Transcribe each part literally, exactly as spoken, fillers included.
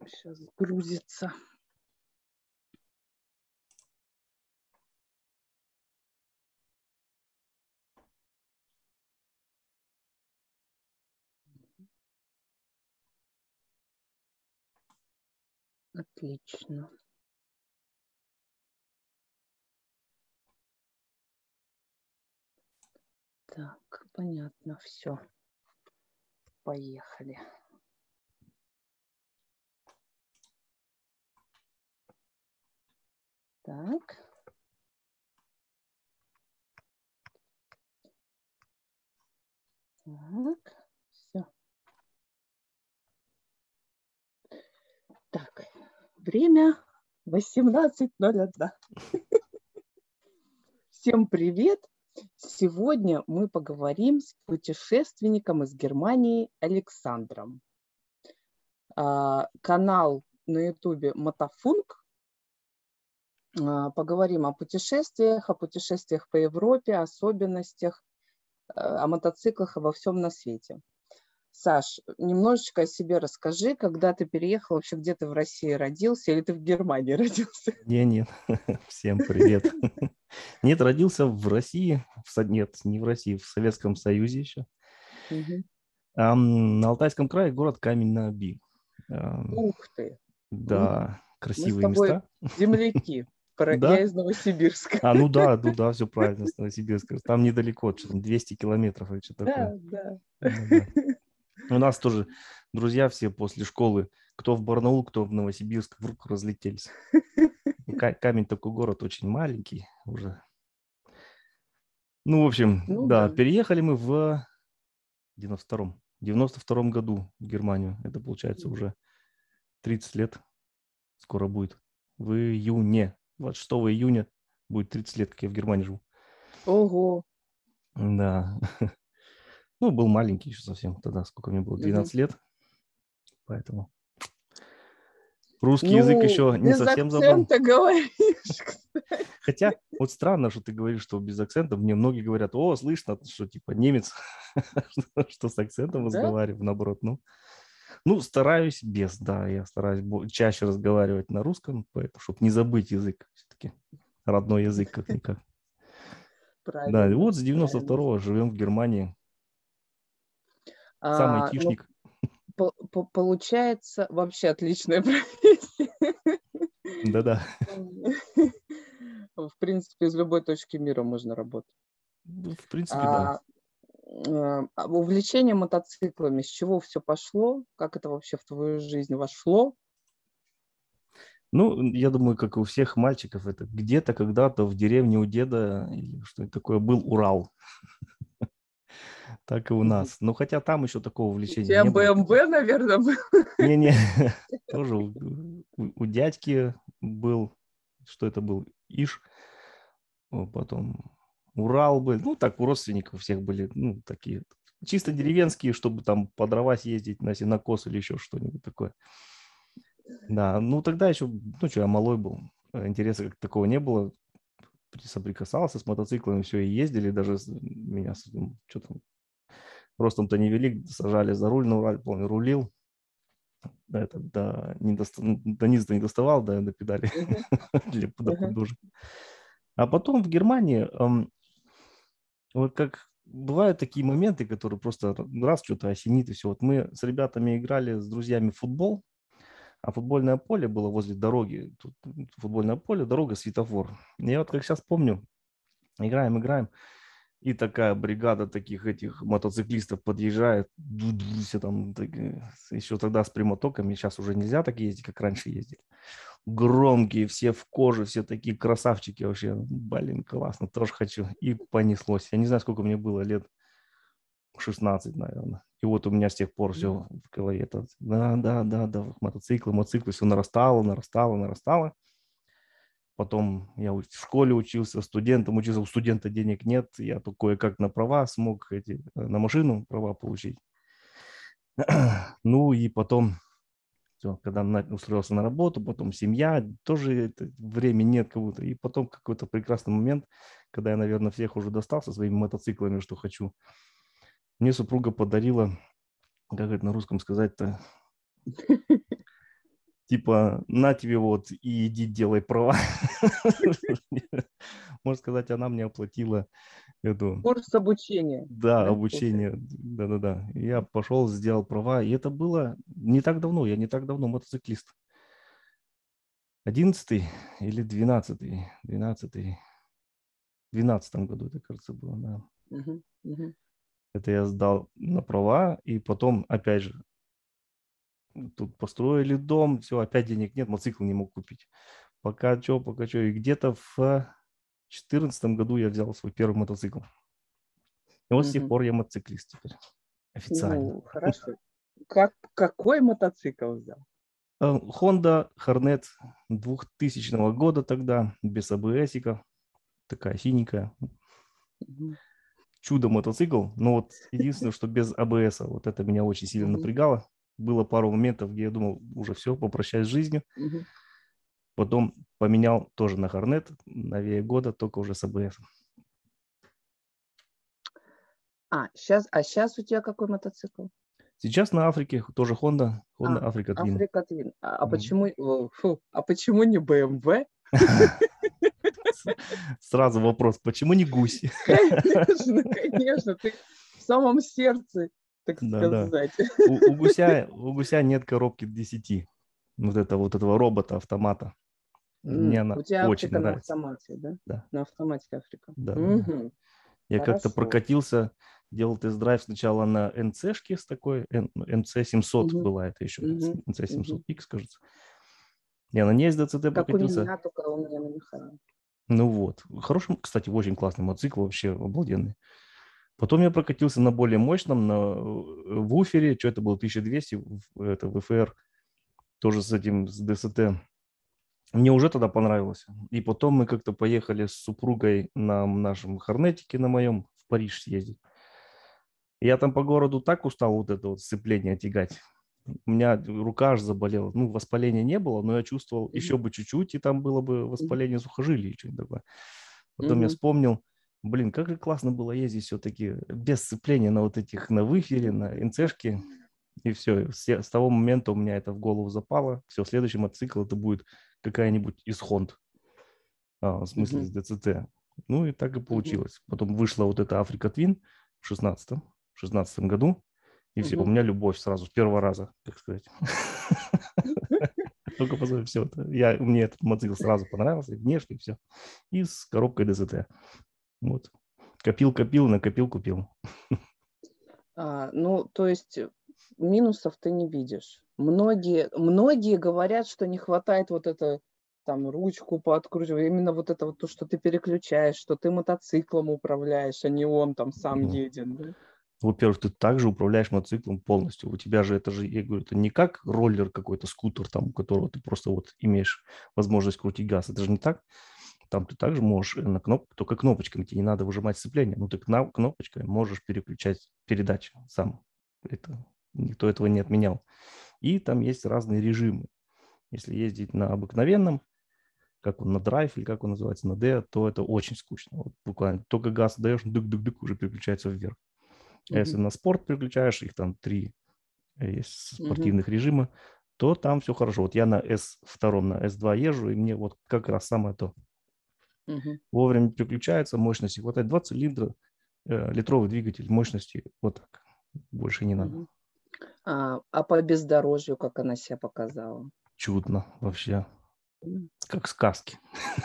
Сейчас грузится. Отлично. Так, понятно, все. Поехали. Так. Так, все. Так, время восемнадцать ноль один. Всем привет! Сегодня мы поговорим с путешественником из Германии Александром. А, канал на ютубе Мотофунк. А, поговорим о путешествиях, о путешествиях по Европе, особенностях, о мотоциклах, обо всем на свете. Саш, немножечко о себе расскажи, когда ты переехал, вообще где ты в России родился или ты в Германии родился? Не, нет, всем привет. Нет, родился в России, в, нет, не в России, в Советском Союзе еще. Угу. А, на Алтайском крае город Камень-на-Оби. А, Ух ты! да, Мы с красивые тобой места. земляки. Я Да? из Новосибирска. А, ну да, ну да, все правильно, с Новосибирска. Там недалеко, что там, двести километров или что Да, такое. да. Да, да. У нас тоже друзья все после школы, кто в Барнаул, кто в Новосибирск, вдруг разлетелись. Камень такой город очень маленький уже. Ну, в общем, Ну да, да. переехали мы в девяносто втором, девяносто втором году в Германию. Это, получается, уже тридцать лет скоро будет. В июне, двадцать шестого июня будет тридцать лет, как я в Германии живу. Ого. Да. Ну, был маленький еще совсем тогда, сколько мне было, Угу. двенадцать лет. Поэтому русский язык Ну, еще не без совсем забыл. акцента говоришь, кстати. Хотя вот странно, что ты говоришь, что без акцента. Мне многие говорят: о, слышно, что типа немец, что с акцентом Да? разговариваю, наоборот. Ну, ну, стараюсь без, да, я стараюсь чаще разговаривать на русском, поэтому, чтобы не забыть язык все-таки. Родной язык как-никак. Да, и Правильно, вот с девяносто правильно. второго живем в Германии. Сам А, ну, айтишник. по- по- получается, вообще отличная профессия. Да-да. В принципе, из любой точки мира можно работать. Ну, в принципе, да. А, а, а увлечение мотоциклами, с чего все пошло? Как это вообще в твою жизнь вошло? Ну, я думаю, как и у всех мальчиков, это где-то когда-то в деревне у деда, или что это такое, был Урал. Так и у Мгм. нас. Но хотя там еще такого У увлечения тебя не было. бэ эм вэ, наверное, был. Не-не, тоже у, у- у дядьки был, что это был, Иш, о, потом Урал был, ну так у родственников всех были, ну такие чисто деревенские, чтобы там по дрова съездить на сенокос или еще что-нибудь такое. Да, ну тогда еще, ну что, я малой был, интереса как такого не было, соприкасался с мотоциклами, все, и ездили, даже с- меня что-то ростом-то не велик, сажали за руль, на Урале, помню, рулил, да, это до, не доста... до низа не доставал, до, до педали Мгм, для до мгм. подножек. А потом в Германии, эм, вот как бывают такие моменты, которые просто раз что-то осенит и все. Вот мы с ребятами играли с друзьями в футбол, а футбольное поле было возле дороги. Тут футбольное поле, дорога, светофор. И я вот как сейчас помню, играем, играем, и такая бригада таких этих мотоциклистов подъезжает, все там, так, еще тогда с прямотоками, сейчас уже нельзя так ездить, как раньше ездили. Громкие, все в коже, все такие красавчики вообще. Блин, классно, тоже хочу. И понеслось. Я не знаю, сколько мне было лет, шестнадцать, наверное. И вот у меня с тех пор все в голове. Это, да, да, да, да, мотоциклы, мотоциклы, все нарастало, нарастало, нарастало. Потом я в школе учился, студентом учился, у студента денег нет, я тут кое-как на права смог эти, на машину права получить. Ну и потом, все, когда устроился на работу, потом семья, тоже это, времени нет кого-то. И потом какой-то прекрасный момент, когда я, наверное, всех уже достал со своими мотоциклами, что хочу, мне супруга подарила, как это на русском сказать-то, Типа, на тебе вот и иди делай права. Можно сказать, она мне оплатила эту, Курс обучения, да, да, обучение. получается? Да-да-да. Я пошел, сделал права. И это было не так давно. Я не так давно мотоциклист. Одиннадцатый или двенадцатый? Двенадцатый. В двенадцатом году, это, кажется, было, да. Мгм, мгм. Это я сдал на права, и потом, опять же, тут построили дом, все, опять денег нет, мотоцикл не мог купить. Пока что, пока что. И где-то в четырнадцатом году я взял свой первый мотоцикл. И вот с тех Мгм. пор я мотоциклист теперь, официально. Ну, хорошо. Как, какой мотоцикл взял? Э, Honda Hornet двухтысячного года тогда, без А Б С-ика, такая синенькая. Мгм, Чудо мотоцикл, но вот единственное, что без А Б С, вот это меня очень сильно мгм, напрягало. Было пару моментов, где я думал, уже все, попрощаюсь с жизнью. мгм. Потом поменял тоже на Hornet, новее года, только уже с А Б С. А, сейчас, а сейчас у тебя какой мотоцикл? Сейчас на Африке тоже Honda, Honda А, Africa Twin. Африка Твин. А, а Мгм. почему, о, фу, а почему не Б М В? Сразу вопрос, почему не гусь? Конечно, конечно, ты в самом сердце, так Да-да. сказать. У, у гуся, у гуся нет коробки десяти. Вот, это, вот этого робота, автомата. Мне М, она У тебя очень Африка на нравится. автомате, да? Да, На автомате Африка. да, да, да. Мгм. Я как-то Хорошо. прокатился, делал тест-драйв сначала на Н Ц-шке с такой, Н Ц семьсот Мгм, была это еще, мгм, Н Ц семьсот мгм. икс, кажется. Я на ней с Д Ц Т Как у прокатился. меня, только у меня на механике. Ну вот. Хороший, кстати, очень классный мотоцикл, вообще обалденный. Потом я прокатился на более мощном, на э, вуфере, что это было, тысяча двести, в- это В Ф Р, тоже с этим, с Д С Т. Мне уже тогда понравилось. И потом мы как-то поехали с супругой на нашем Хорнетике, на моем, в Париж съездить. Я там по городу так устал вот это вот сцепление тягать. У меня рука аж заболела. Ну, воспаления не было, но я чувствовал Мгм, еще бы чуть-чуть, и там было бы мгм, воспаление сухожилий и что-нибудь такое. Потом я мгм. вспомнил, блин, как же классно было ездить все-таки без сцепления на вот этих, на выфере, на Н Ц-шке. И все, с, с того момента у меня это в голову запало. Все, следующий мотоцикл это будет какая-нибудь из Хонд, а, в смысле Мгм, из Д Ц Т. Ну и так и мгм, получилось. Потом вышла вот эта Африка Твин в шестнадцатом, шестнадцатом году. И все, у мгм. меня любовь сразу, с первого раза, так сказать. Только посмотри, все. Я, мне этот мотоцикл сразу понравился, внешне все. И с коробкой Д Ц Т. Вот. Копил, копил, накопил, купил. А, ну, то есть э, минусов ты не видишь. Многие, многие говорят, что не хватает вот это там ручку пооткручивать, именно вот это вот то, что ты переключаешь, что ты мотоциклом управляешь, а не он там сам Ну, едет, да? во-первых, ты также управляешь мотоциклом полностью. У тебя же это же, я говорю, это не как роллер какой-то, скутер, там, у которого ты просто вот имеешь возможность крутить газ. Это же не так. Там ты также можешь на кнопку, только кнопочками, тебе не надо выжимать сцепление, но ты кна- кнопочкой можешь переключать передачи сам. Это, никто этого не отменял. И там есть разные режимы. Если ездить на обыкновенном, как он на драйв или как он называется, на D, то это очень скучно. Вот буквально только газ даешь, дык-дык-дык, уже переключается вверх. А если Мгм, на спорт переключаешь, их там три э, есть мгм, спортивных режима, то там все хорошо. Вот я на эс два, на эс два езжу, и мне вот как раз самое то. мгм, Вовремя переключается, мощности хватает. Два цилиндра, э, литровый двигатель, мощности вот так. Больше не надо. мгм. А, а по бездорожью, как она себя показала? Чудно вообще, М. как сказки.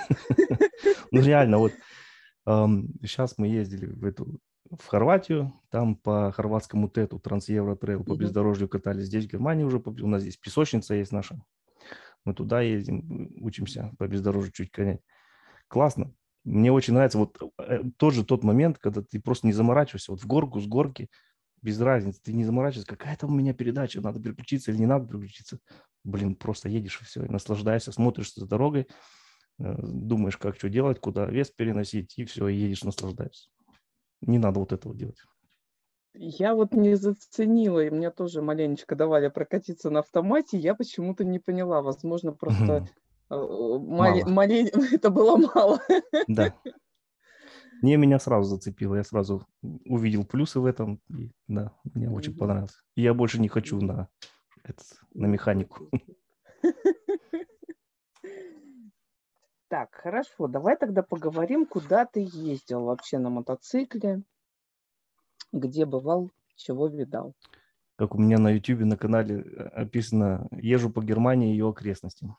Ну реально, вот сейчас мы ездили в эту в Хорватию, там по хорватскому ТЭТу, Трансевро Трейл, по Мгм, бездорожью катались. Здесь, в Германии уже, у нас здесь песочница есть наша. Мы туда ездим, учимся по бездорожью чуть гонять. Классно. Мне очень нравится вот э, тот же тот момент, когда ты просто не заморачиваешься. Вот в горку, с горки, без разницы. Ты не заморачиваешься, какая там у меня передача, надо переключиться или не надо переключиться. Блин, просто едешь и все, и наслаждаешься, смотришь за дорогой, э, думаешь, как что делать, куда вес переносить, и все, и едешь, наслаждаешься. Не надо вот этого делать. Я вот не заценила, и мне тоже маленечко давали прокатиться на автомате. Я почему-то не поняла. Возможно, просто, э, мале Мало. мале это было мало. Да. Не, меня сразу зацепило. Я сразу увидел плюсы в этом. И, да, мне очень Мгм, понравилось. И я больше не хочу мгм, на, этот, на мгм, механику. Так, хорошо, давай тогда поговорим, куда ты ездил вообще на мотоцикле, где бывал, чего видал. Как у меня на YouTube на канале описано, езжу по Германии и ее окрестностям.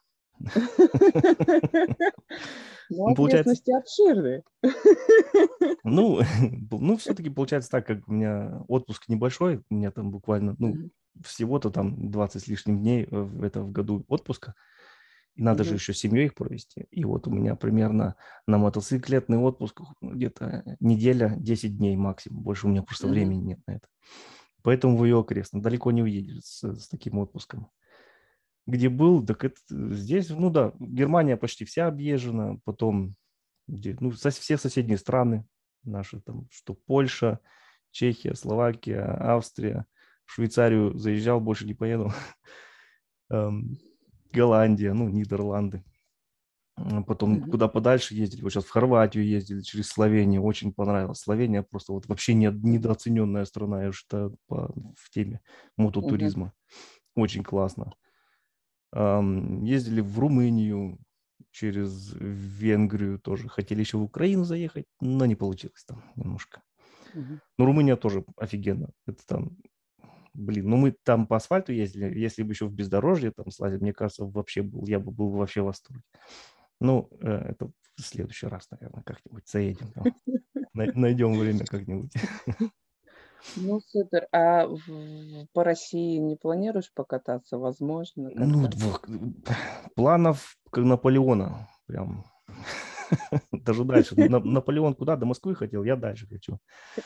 Ну, окрестности обширные. Ну, ну, все-таки получается так, как у меня отпуск небольшой, у меня там буквально, ну, всего-то там двадцать с лишним дней в, это, в году отпуска, и надо же еще с семьей их провести. И вот у меня примерно на мотоциклетный отпуск где-то неделя, десять дней максимум, больше у меня просто Мгм. времени нет на это. Поэтому в ее окрестно, далеко не уедешь с, с таким отпуском. Где был, так это здесь, ну да, Германия почти вся объезжена, потом где, ну, со, все соседние страны наши, там, что Польша, Чехия, Словакия, Австрия, в Швейцарию заезжал, больше не поеду, Эм, Голландия, ну, Нидерланды. М, Потом Мгм. куда подальше ездили, вот сейчас в Хорватию ездили, через Словению, очень понравилось. Словения просто вот вообще не, недооцененная страна, я считаю, по, в теме мототуризма. Очень классно. Ам, Ездили в Румынию, через Венгрию тоже. Хотели еще в Украину заехать, но не получилось там немножко. Мгм. Но Румыния тоже офигенно. Это там, блин, ну мы там по асфальту ездили, если бы еще в бездорожье там слазили, мне кажется, вообще был, я бы был вообще в восторге. Ну, э, это в следующий раз, наверное, как-нибудь заедем там. Най- Найдем время как-нибудь. Ну, супер. А в- по России не планируешь покататься? Возможно, Ну, когда? в- планов как Наполеона прям. Даже дальше. На- Наполеон куда? До Москвы хотел, я дальше хочу.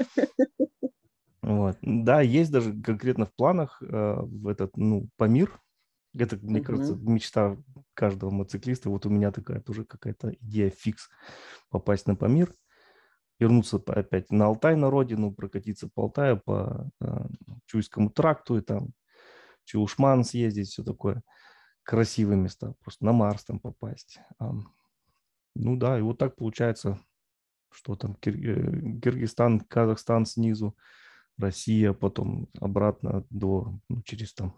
Вот. Да, есть даже конкретно в планах э, в этот, ну, Памир. Это, мне кажется, Мгм. мечта каждого мотоциклиста. Вот у меня такая тоже какая-то идея фикс попасть на Памир, вернуться по- опять на Алтай, на родину, прокатиться по Алтаю, по э, Чуйскому тракту и там Чулушман съездить, все такое. Красивые места, просто на Марс там попасть. А, ну да, и вот так получается, что там Кир- э, Киргизстан, Казахстан снизу, Россия, потом обратно до, ну, через там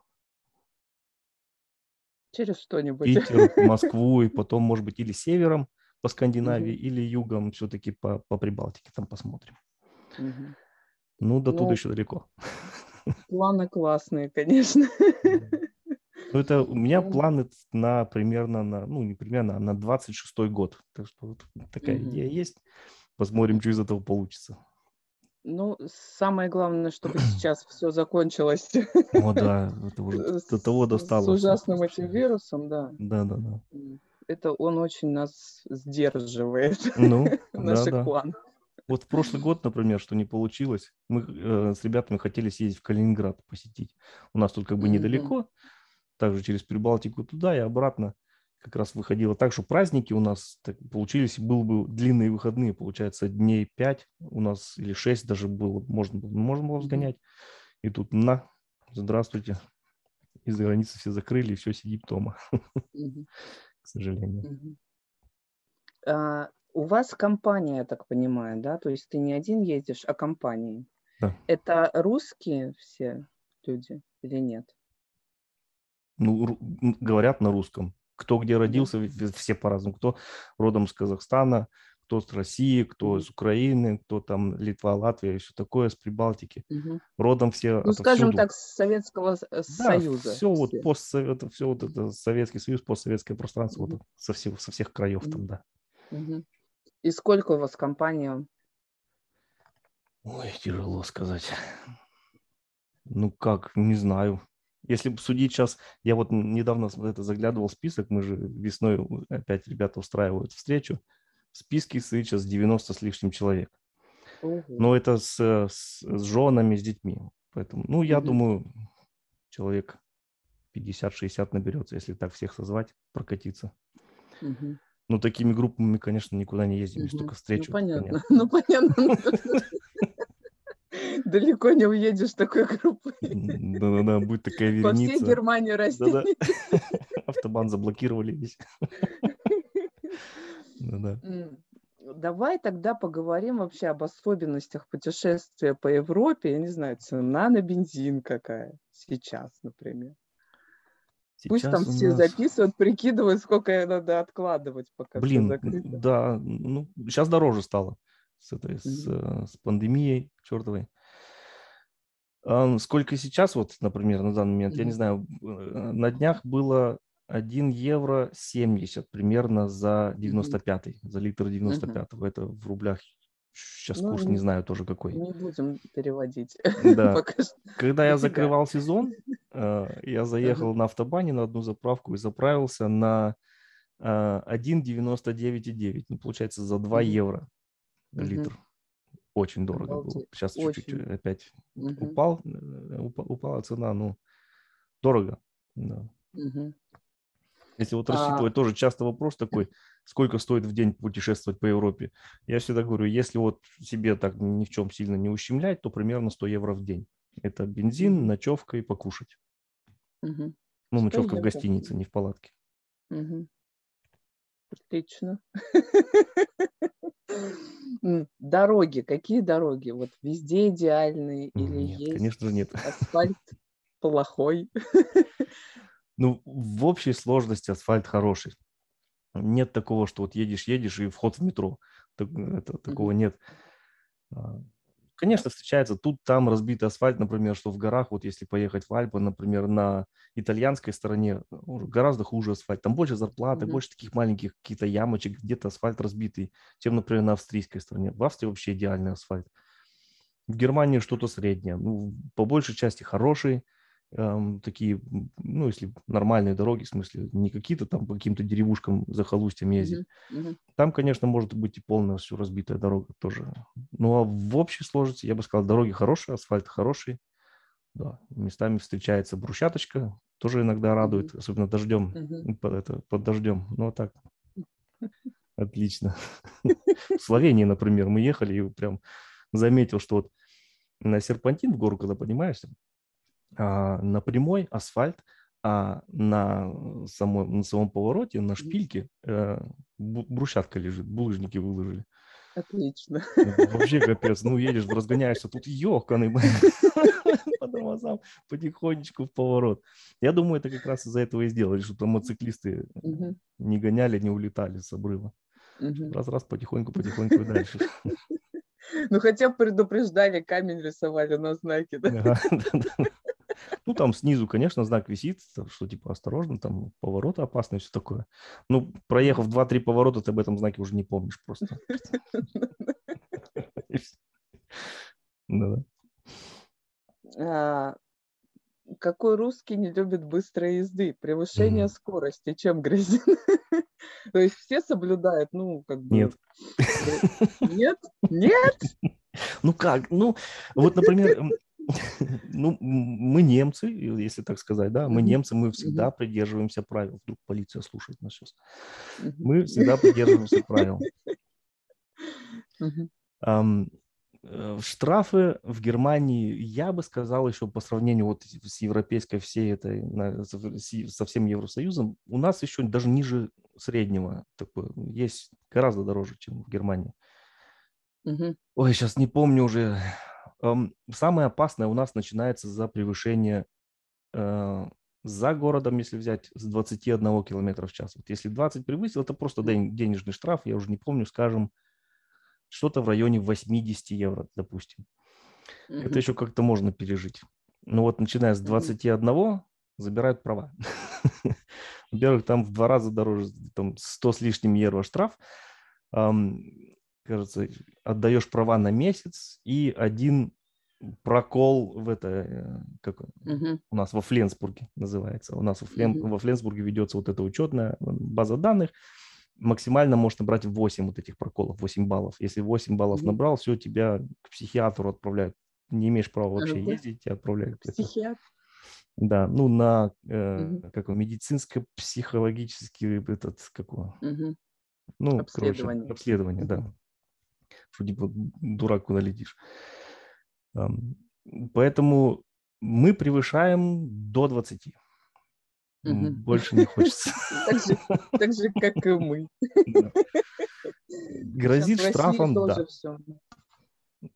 Через что-нибудь. Питер, Москву, и потом, может быть, или севером по Скандинавии, Мгм. или югом все-таки по, по Прибалтике, там посмотрим. Мгм. Ну, до туда Ну, еще далеко. планы классные, конечно. Ну, это у меня Ну, планы на примерно, на, ну, не примерно, а на двадцать шестой год. Так что вот такая мгм. идея есть. Посмотрим, Мгм. что из этого получится. Ну, самое главное, чтобы сейчас все закончилось О, да, это уже до того с, с достало все. ужасным этим вирусом, да. Да, да, да. М. Это он очень нас сдерживает, Ну, да, наших да. планов. Вот в прошлый год, например, что не получилось, мы э, с ребятами хотели съездить в Калининград посетить. У нас тут как бы Мгм. недалеко, также через Прибалтику туда и обратно. Как раз выходило так, что праздники у нас так получились, был бы длинные выходные, получается, дней пять у нас или шесть даже было, можно было, можно было Мгм. сгонять. И тут на, здравствуйте, из-за границы все закрыли, и все, сидит дома, Мгм. к сожалению. Мгм. А, у вас компания, я так понимаю, да? То есть ты не один ездишь, а компанией. Да. Это русские все люди или нет? Ну, ру- м, говорят на русском. Кто где Да? родился, ведь все по-разному. Кто родом с Казахстана, кто с России, кто Мгм. с Украины, кто там Литва, Латвия и все такое, с Прибалтики. Мгм. Родом все Ну, скажем отовсюду. так, с Советского С- э, Да, Союза все вот все. постсовет, все вот это Советский Союз, постсоветское пространство, Мгм. вот со всех, со всех краев Мгм. там, да. Мгм. И сколько у вас компания? Ой, тяжело сказать. Ну как, не знаю. Если бы судить сейчас, я вот недавно с- это заглядывал в список, мы же весной у- опять ребята устраивают встречу. В списке стоит сейчас девяносто с лишним человек. Ого. Но это с, с, с женами, с детьми. Поэтому, ну, я Мгм. думаю, человек пятьдесят-шестьдесят наберется, если так всех созвать, прокатиться. Мгм. Ну, такими группами мы, конечно, никуда не ездим, если Мгм. только Ну, встречу, это понятно. понятно. Ну, понятно. Ну, тут далеко не уедешь такой группой. Да-да-да, будет такая По всей вереница. Германии Да-да, растянете. автобан заблокировали весь. Да-да. М, Давай тогда поговорим вообще об особенностях путешествия по Европе. Я не знаю, цена на бензин какая сейчас, например. Пусть там Сейчас у все нас, записывают, прикидывают, сколько надо откладывать, пока все блин, закрыто. да, ну, сейчас дороже стало с этой, с, Мгм. э, с пандемией чертовой. Ам, Сколько сейчас, вот, например, на данный момент, я не Мгм. знаю, э, на днях было один евро семьдесят примерно за Мгм. девяносто пятый, за литр девяносто Мгм. пятого. Это в рублях сейчас Ну, курс не не, знаю тоже какой. не будем переводить Да, пока что. когда я Да. закрывал сезон, э, я Ага. заехал на автобане на одну заправку и заправился на э, один девяносто девять и девять. Ну, получается, за два Мгм. евро Мгм. литр. Очень дорого было. Обалдеть. Сейчас чуть-чуть Очень. э, опять Мгм. упал, э, упа- упала цена, ну, дорого. Да. Мгм. Если вот А, рассчитывать, тоже часто вопрос такой, сколько стоит в день путешествовать по Европе. Я всегда говорю, если вот себе так ни в чем сильно не ущемлять, то примерно сто евро в день. Это бензин, мгм. ночевка и покушать. Мгм. Ну, сто ночевка в евро. гостинице, не в палатке. Мгм. Отлично. М, Дороги. Какие дороги? Вот везде идеальные или Нет, конечно же нет. есть асфальт плохой? Ну, в общей сложности асфальт хороший. Нет такого, что вот едешь-едешь и вход в метро. Так- это- такого Мгм. нет. А, Конечно, встречается тут, там разбитый асфальт, например, что в горах, вот если поехать в Альпы, например, на итальянской стороне, ну, гораздо хуже асфальт. Там больше зарплаты, Мгм. больше таких маленьких каких-то ямочек, где-то асфальт разбитый, чем, например, на австрийской стороне. В Австрии вообще идеальный асфальт. В Германии что-то среднее. Ну, по большей части хорошие, эм, такие, м, ну, если нормальные дороги, в смысле, не какие-то там по каким-то деревушкам, захолустьям ездить. Мгм. Мгм. Там, конечно, может быть и полностью разбитая дорога тоже. Ну, а в общей сложности, я бы сказал, дороги хорошие, асфальт хороший. Да, местами встречается брусчаточка, тоже иногда Мгм. радует, особенно дождем, Мгм. под, это, под дождем. Ну, а так, отлично. В Словении, например, мы ехали и прям заметил, что вот на серпантин в гору, когда поднимаешься, а, на прямой асфальт, а на самой, на самом повороте, на Мгм. шпильке э, бу- брусчатка лежит, булыжники выложили. Отлично. Вообще капец. Ну, едешь, разгоняешься, тут ёканый по тормозам потихонечку в поворот. Я думаю, это как раз из-за этого и сделали, чтобы мотоциклисты Мгм. не гоняли, не улетали с обрыва. Мгм. Раз-раз, потихоньку-потихоньку и дальше. Ну, хотя бы предупреждали, камень рисовали на знаке, да? Ага, да-да. Ну, там снизу, конечно, знак висит, что типа осторожно, там повороты опасные, все такое. Ну, проехав Мгм. два-три поворота, ты об этом знаке уже не помнишь просто. И всё. Да-да. А, Какой русский не любит быстрой езды? Превышение М, скорости чем грозит? То есть все соблюдают, ну, как бы, Нет. э, нет? Нет? Ну как? Ну, вот, например, м, ну, м, мы немцы, и если так сказать, да, мы Мгм. немцы, мы Мгм. всегда придерживаемся правил. Вдруг полиция слушает нас сейчас. Мгм. Мы всегда придерживаемся правил. Мгм. Ам, э, Штрафы в Германии, я бы сказал, еще по сравнению вот с европейской всей этой, на- со с- со всем Евросоюзом, у нас еще даже ниже среднего такое. Есть гораздо дороже, чем в Германии. Мгм. Ой, сейчас не помню уже. Ам, Самое опасное у нас начинается за превышение э, за городом, если взять, с двадцати одного километра в час. Вот если двадцать превысил, это просто ден- денежный штраф, я уже не помню, скажем, что-то в районе восемьдесят евро, допустим. Это Мгм. еще как-то можно пережить. Но вот начиная с Мгм. двадцати одного забирают права. Во-первых, там в два раза дороже, там сто с лишним евро штраф. Ам, Кажется, отдаешь права на месяц и один прокол в это, э, как Мгм. у нас во Фленсбурге называется. У нас во, Флен, Мгм. во Фленсбурге ведется вот эта учетная база данных. Максимально можно набрать восемь вот этих проколов, восемь баллов. Если восемь баллов Мгм. набрал, все, тебя к психиатру отправляют. Не имеешь права А, вообще да. ездить, тебя отправляют. Это, Психиатр. да, ну на Мгм. э, как его, медицинско-психологический этот, как его, Мгм. ну, короче, Обследование. обследование, Мгм. да. Что типа дурак куда летишь. Ам, Поэтому мы превышаем до двадцати. М, Мгм. Больше не хочется. Так же, так же, как и мы. Да. Сейчас в Грозит России штрафом, тоже да. все.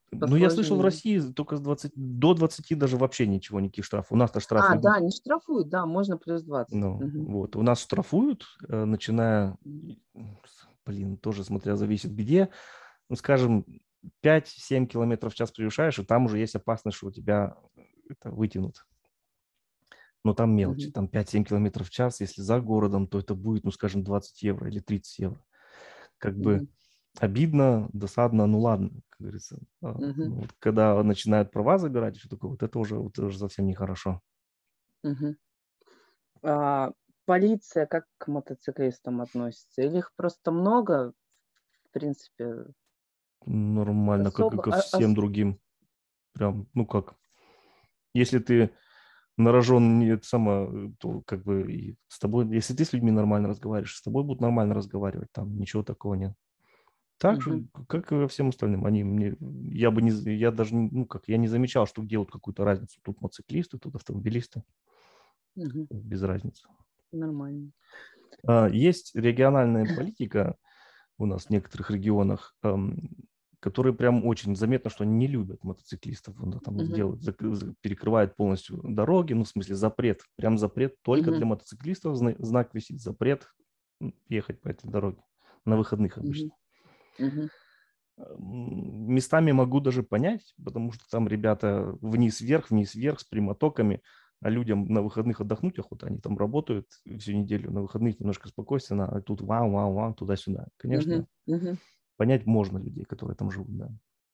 Ну, я слышал, в посложнее. России только с двадцати, до двадцати даже вообще ничего, никаких штрафов. У нас-то штрафы А, идут. да, не штрафуют, да, можно плюс двадцать. Ну, Мгм. вот. У нас штрафуют, э, начиная, Мгм. блин, тоже смотря зависит где, ну, скажем, пять-семь километров в час превышаешь, и там уже есть опасность, что у тебя это вытянут. Но там мелочи, Мгм. там пять-семь километров в час. Если за городом, то это будет, ну, скажем, двадцать евро или тридцать евро. Как бы Мгм. обидно, досадно, ну ладно, как говорится. А, Мгм. ну, вот когда начинают права забирать, что такое, вот это уже, вот это уже совсем нехорошо. Мгм. А полиция как к мотоциклистам относится? Или их просто много, в принципе, Нормально, как и особо? ко А, всем ос- другим. Прям, ну как, если ты на рожон не это само, то как бы и с тобой, если ты с людьми нормально разговариваешь, с тобой будут нормально разговаривать, там ничего такого нет. Так Мгм. же, как и во всем остальным. Они мне, я бы не, я даже, не- ну как, я не замечал, что делают какую-то разницу. Тут мотоциклисты, тут автомобилисты, Мгм. без разницы. Нормально. А, Есть региональная политика у нас в некоторых регионах, ам, которые прям очень заметно, что они не любят мотоциклистов. Он там Мгм. делают, зак- за- перекрывают полностью дороги, ну, в смысле, запрет. Прям запрет только Мгм. для мотоциклистов. зна- Знак висит, запрет м, ехать по этой дороге. На выходных обычно. Мгм. Мгм. М, Местами могу даже понять, потому что там ребята вниз-вверх, вниз-вверх с прямотоками, а людям на выходных отдохнуть охота, они там работают всю неделю, на выходных немножко спокойственно, а тут вау-вау-вау, туда-сюда. Конечно, Мгм. Мгм. понять можно людей, которые там живут, да.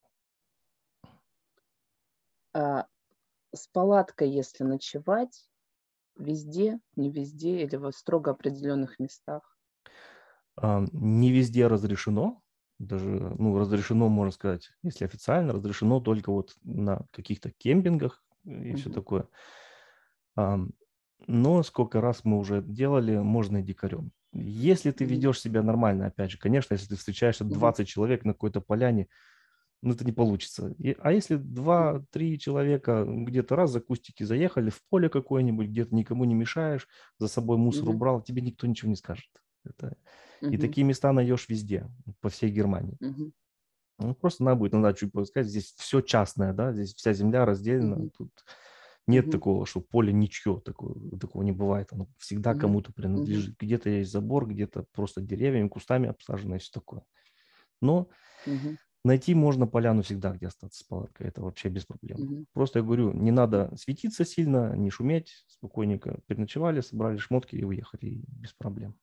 А с палаткой, если ночевать, везде, не везде или в строго определенных местах? А, Не везде разрешено, даже, ну, разрешено, можно сказать, если официально, разрешено только вот на каких-то кемпингах и все Мгм. такое. Ам, Но сколько раз мы уже делали, можно и дикарем. Если ты Мгм. ведешь себя нормально, опять же, конечно, если ты встречаешься Мгм. двадцать человек на какой-то поляне, ну, это не получится. И- а если Мгм. два-три человека где-то раз за кустики заехали, в поле какое-нибудь, где-то никому не мешаешь, за собой мусор Мгм. убрал, тебе никто ничего не скажет. Это... И Мгм. такие места найдешь везде, по всей Германии. Мгм. Ну, просто надо будет, надо чуть поискать. Здесь все частное, да, здесь вся земля разделена. Мгм. Тут нет Мгм. такого, что поле ничье, такого, такого не бывает. Оно всегда Мгм. кому-то Мгм. принадлежит. Где-то есть забор, где-то просто деревьями, кустами обсажено и все такое. Но Мгм. найти можно поляну всегда, где остаться с палаткой. Это вообще без проблем. Мгм. Просто я говорю, не надо светиться сильно, не шуметь, спокойненько переночевали, собрали шмотки и уехали и без проблем.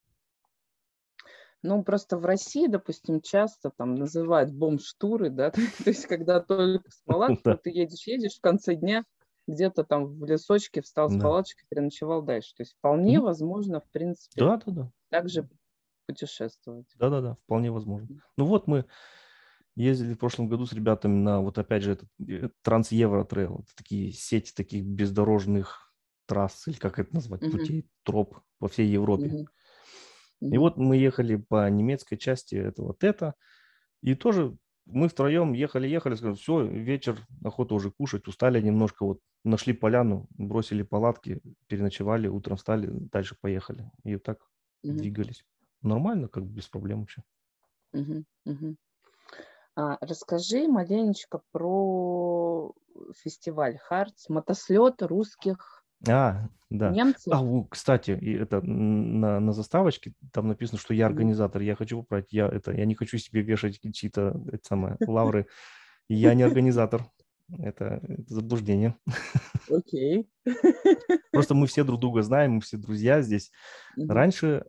Ну, просто в России, допустим, часто там называют бомж-туры, да, то есть когда только с палаткой, Да, вот ты едешь, едешь, в конце дня где-то там в лесочке встал с да. палаточкой, переночевал дальше. То есть вполне Мгм. возможно, в принципе, Да, да, да. также путешествовать. Да-да-да, вполне возможно. Ну вот мы ездили в прошлом году с ребятами на вот опять же этот э, Транс-Евро Трейл. Это такие сети таких бездорожных трасс, или как это назвать, Мгм. путей, троп по всей Европе. Мгм. И Мгм. вот мы ехали по немецкой части этого ТЭТа, и тоже мы втроем ехали-ехали, сказали, все, вечер, охота уже кушать, устали немножко, вот нашли поляну, бросили палатки, переночевали, утром встали, дальше поехали. И вот так Мгм. двигались. Нормально, как бы без проблем вообще. Мгм. Мгм. А, расскажи маленечко про фестиваль Хартс, мотослет русских А, да. немцев. А, у, кстати, и это м, на, на заставочке там написано, что я Мгм. организатор. Я хочу поправить, я это, я не хочу себе вешать чьи-то это самое, лавры. Я не организатор. Это, это заблуждение. Окей. Просто мы все друг друга знаем, мы все друзья здесь. Мгм. Раньше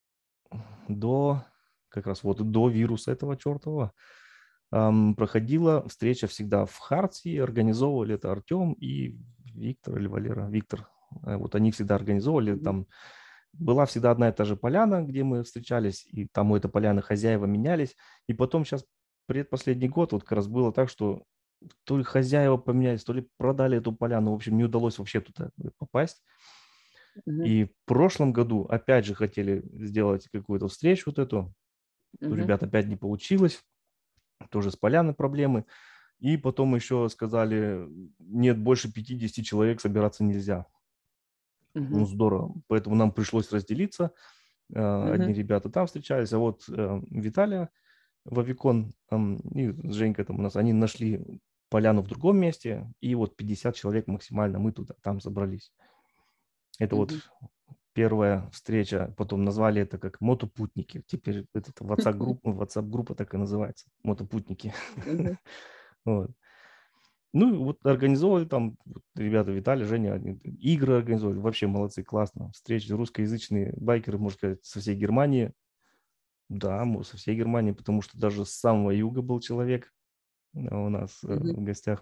до как раз вот до вируса этого чертового ам, проходила встреча всегда в Хартии, организовывали это Артем и Виктор или Валера, Виктор. Э, Вот они всегда организовывали, Мгм. там была всегда одна и та же поляна, где мы встречались, и там у этой поляны хозяева менялись. И потом сейчас, предпоследний год, вот как раз было так, что то ли хозяева поменялись, то ли продали эту поляну. В общем, не удалось вообще туда попасть. Мгм. И в прошлом году опять же хотели сделать какую-то встречу вот эту. У Мгм. ребят опять не получилось. Тоже с поляной проблемы. И потом еще сказали, нет, больше пятидесяти человек собираться нельзя. Ну, Мгм. здорово. Поэтому нам пришлось разделиться. Э, Одни Мгм. ребята там встречались, а вот э, Виталия Вовикон и Женька там у нас, они нашли поляну в другом месте, и вот пятьдесят человек максимально мы туда, там собрались. Это вот первая встреча, потом назвали это как мотопутники. Теперь это WhatsApp-группа, WhatsApp-группа так и называется, мотопутники. Вот. Ну, вот организовывали там, вот, ребята Виталий, Женя, они, игры организовывали, вообще молодцы, классно. Встречи, русскоязычные байкеры, можно сказать, со всей Германии. Да, со всей Германии, потому что даже с самого юга был человек у нас э, в гостях.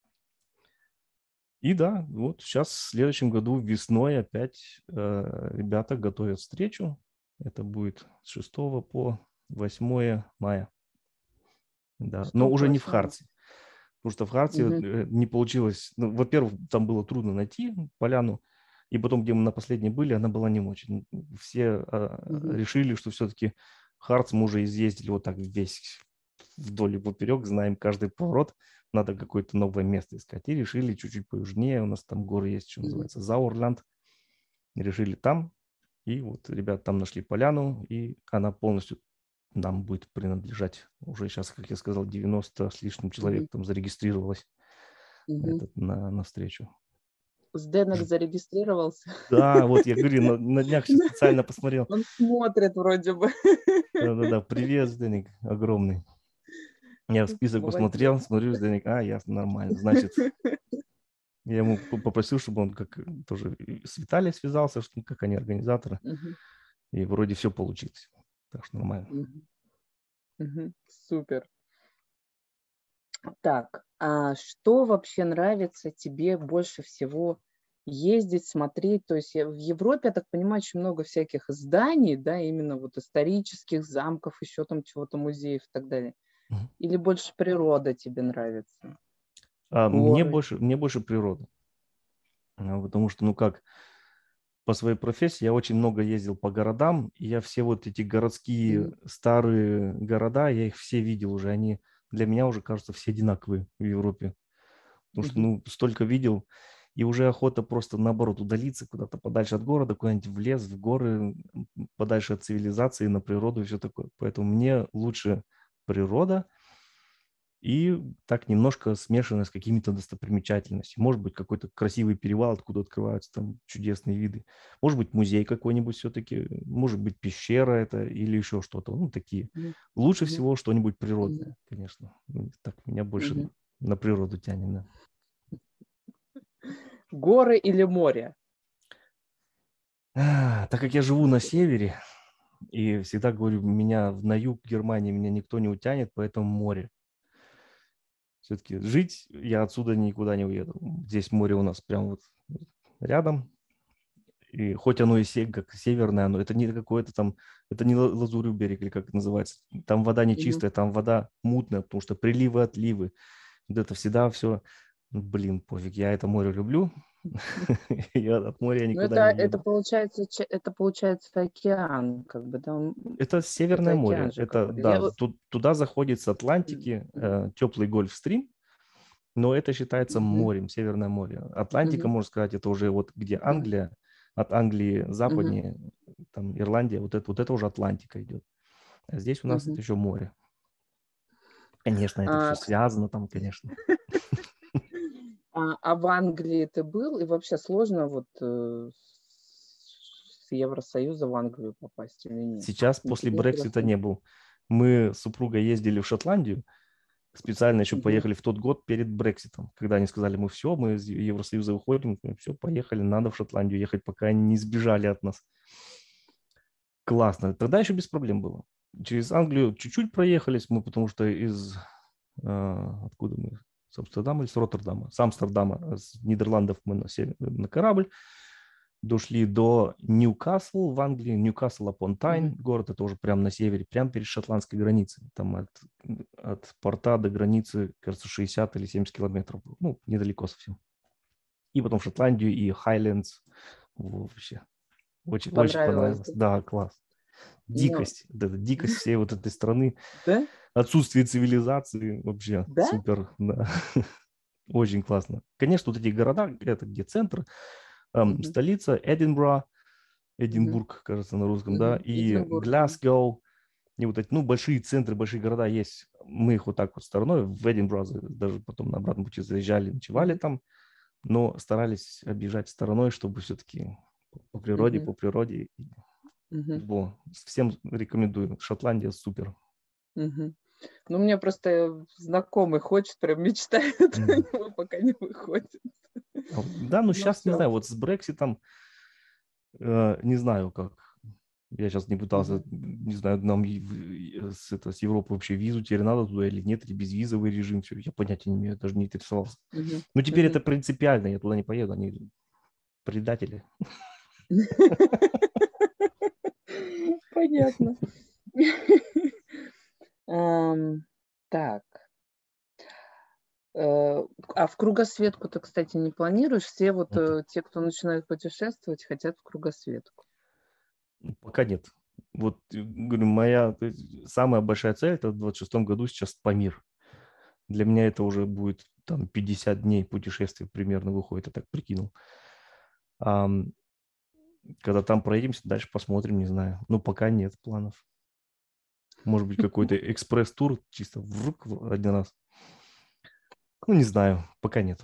И да, вот сейчас в следующем году весной опять э, ребята готовят встречу. Это будет с шестого по восьмое мая. Да, но уже не в Харце. Потому что в Харце угу. не получилось. Ну, во-первых, там было трудно найти поляну. И потом, где мы на последней были, она была не очень. Все угу. решили, что все-таки Харц мы уже изъездили вот так весь вдоль и поперек, знаем каждый поворот. Надо какое-то новое место искать. И решили чуть-чуть поюжнее. У нас там горы есть, что называется, Зауэрлянд. Решили там. И вот ребята там нашли поляну. И она полностью нам будет принадлежать. Уже сейчас, как я сказал, девяносто с лишним человек mm-hmm. там зарегистрировалось mm-hmm. этот, на, на встречу. Сденок зарегистрировался? Да, вот я говорю, на, на днях сейчас специально посмотрел. Он смотрит вроде бы. Да-да-да, привет, Сденок, огромный. Я в список Молодец. Посмотрел, смотрю, Сденок, а, ясно, нормально. Значит, я ему попросил, чтобы он как тоже с Виталием связался, что как они организаторы. Mm-hmm. И вроде все получилось. Так что нормально. Угу. Угу. Супер. Так, а что вообще нравится тебе больше всего ездить, смотреть? То есть в Европе, я так понимаю, очень много всяких зданий, да, именно вот исторических замков, еще там чего-то, музеев и так далее. Угу. Или больше природа тебе нравится? А, мне, больше, мне больше природа. Потому что, ну как... По своей профессии я очень много ездил по городам, и я все вот эти городские mm. старые города, я их все видел уже, они для меня уже кажутся все одинаковые в Европе. Потому mm-hmm. что, ну, столько видел, и уже охота просто, наоборот, удалиться куда-то подальше от города, куда-нибудь в лес, в горы, подальше от цивилизации, на природу и все такое. Поэтому мне лучше природа, и так немножко смешано с какими-то достопримечательностями. Может быть, какой-то красивый перевал, откуда открываются там чудесные виды. Может быть, музей какой-нибудь все-таки. Может быть, пещера это или еще что-то. Ну, такие. Mm-hmm. Лучше mm-hmm. всего что-нибудь природное, mm-hmm. конечно. Так меня больше mm-hmm. на природу тянет. Да. Горы или море? А, так как я живу на севере, и всегда говорю, меня на юг Германии меня никто не утянет, поэтому море. Все-таки жить я отсюда никуда не уеду. Здесь море у нас прям вот рядом. И хоть оно и как северное, но это не какое-то там, это не Лазурный берег или как это называется. Там вода не чистая, там вода мутная, потому что приливы, отливы. Вот это всегда все, блин, пофиг, я это море люблю. Я от моря никуда не еду. Это получается, это получается океан, как бы, да? Это Северное море. Это, да, туда заходит с Атлантики теплый Гольфстрим. Но это считается mm-hmm. морем, Северное море. Атлантика, mm-hmm. можно сказать, это уже вот где Англия, от Англии западнее, mm-hmm. там Ирландия, вот это, вот это уже Атлантика идет. А здесь у нас mm-hmm. это еще море. Конечно, это а... все связано там, конечно. А, а в Англии ты был? И вообще сложно вот э, с Евросоюза в Англию попасть или нет? Сейчас после Брексита не был. Мы с супругой ездили в Шотландию, специально еще mm-hmm. поехали в тот год перед Брекситом, когда они сказали, мы все, мы из Евросоюза выходим, мы все, поехали, надо в Шотландию ехать, пока они не сбежали от нас. Классно. Тогда еще без проблем было. Через Англию чуть-чуть проехались мы, потому что из... Э, откуда мы? С Амстердама или с Роттердама? С Амстердама, с Нидерландов мы насели на корабль. Дошли до Ньюкасл в Англии, Ньюкасл-апон-Тайн, mm-hmm. город, это уже прямо на севере, прямо перед шотландской границей. Там от, от порта до границы, кажется, шестьдесят или семьдесят километров. Ну, недалеко совсем. И потом в Шотландию и Хайлендс. Вообще. Очень понравилось. Очень понравилось. Да, класс. Дикость. No. Да, дикость всей вот этой страны. Да? Отсутствие цивилизации. Вообще да? Супер. Да. Очень классно. Конечно, вот эти города, это где центр, Um, mm-hmm. столица Эдинбург, Эдинбург, mm-hmm. кажется, на русском, mm-hmm. да, и Глазго, И вот эти, ну, большие центры, большие города есть. Мы их вот так вот стороной, в Эдинбург даже потом на обратном пути заезжали, ночевали Мгм. там, но старались объезжать стороной, чтобы все-таки по природе, Мгм. по природе. Мгм. Во, всем рекомендую. Шотландия супер. Мгм. Ну, мне просто знакомый хочет, прям мечтает, у Мгм. него пока не выходит. А вот, Да, ну Ну, сейчас не все. знаю, вот с Брекситом э, не знаю как. Я сейчас не пытался, не знаю, нам и- в- с, это, с Европы вообще визу теперь надо туда или нет, или безвизовый режим, все, я понятия не имею, даже не интересовался. Но теперь это принципиально, я туда не поеду, они предатели. Понятно. Ам, Так. э, А в кругосветку ты, кстати, не планируешь? Все вот э, те, кто начинают путешествовать, хотят в кругосветку. Ну, Пока нет. Вот, э, говорю, моя то есть, самая большая цель, это в двадцать шестом году сейчас Памир. Для меня это уже будет там пятьдесят дней путешествия примерно выходит, я так прикинул. Ам, Когда там проедемся, дальше посмотрим, не знаю. Но пока нет планов. Может быть, какой-то экспресс-тур чисто врук в один раз. Ну, не знаю, пока нет.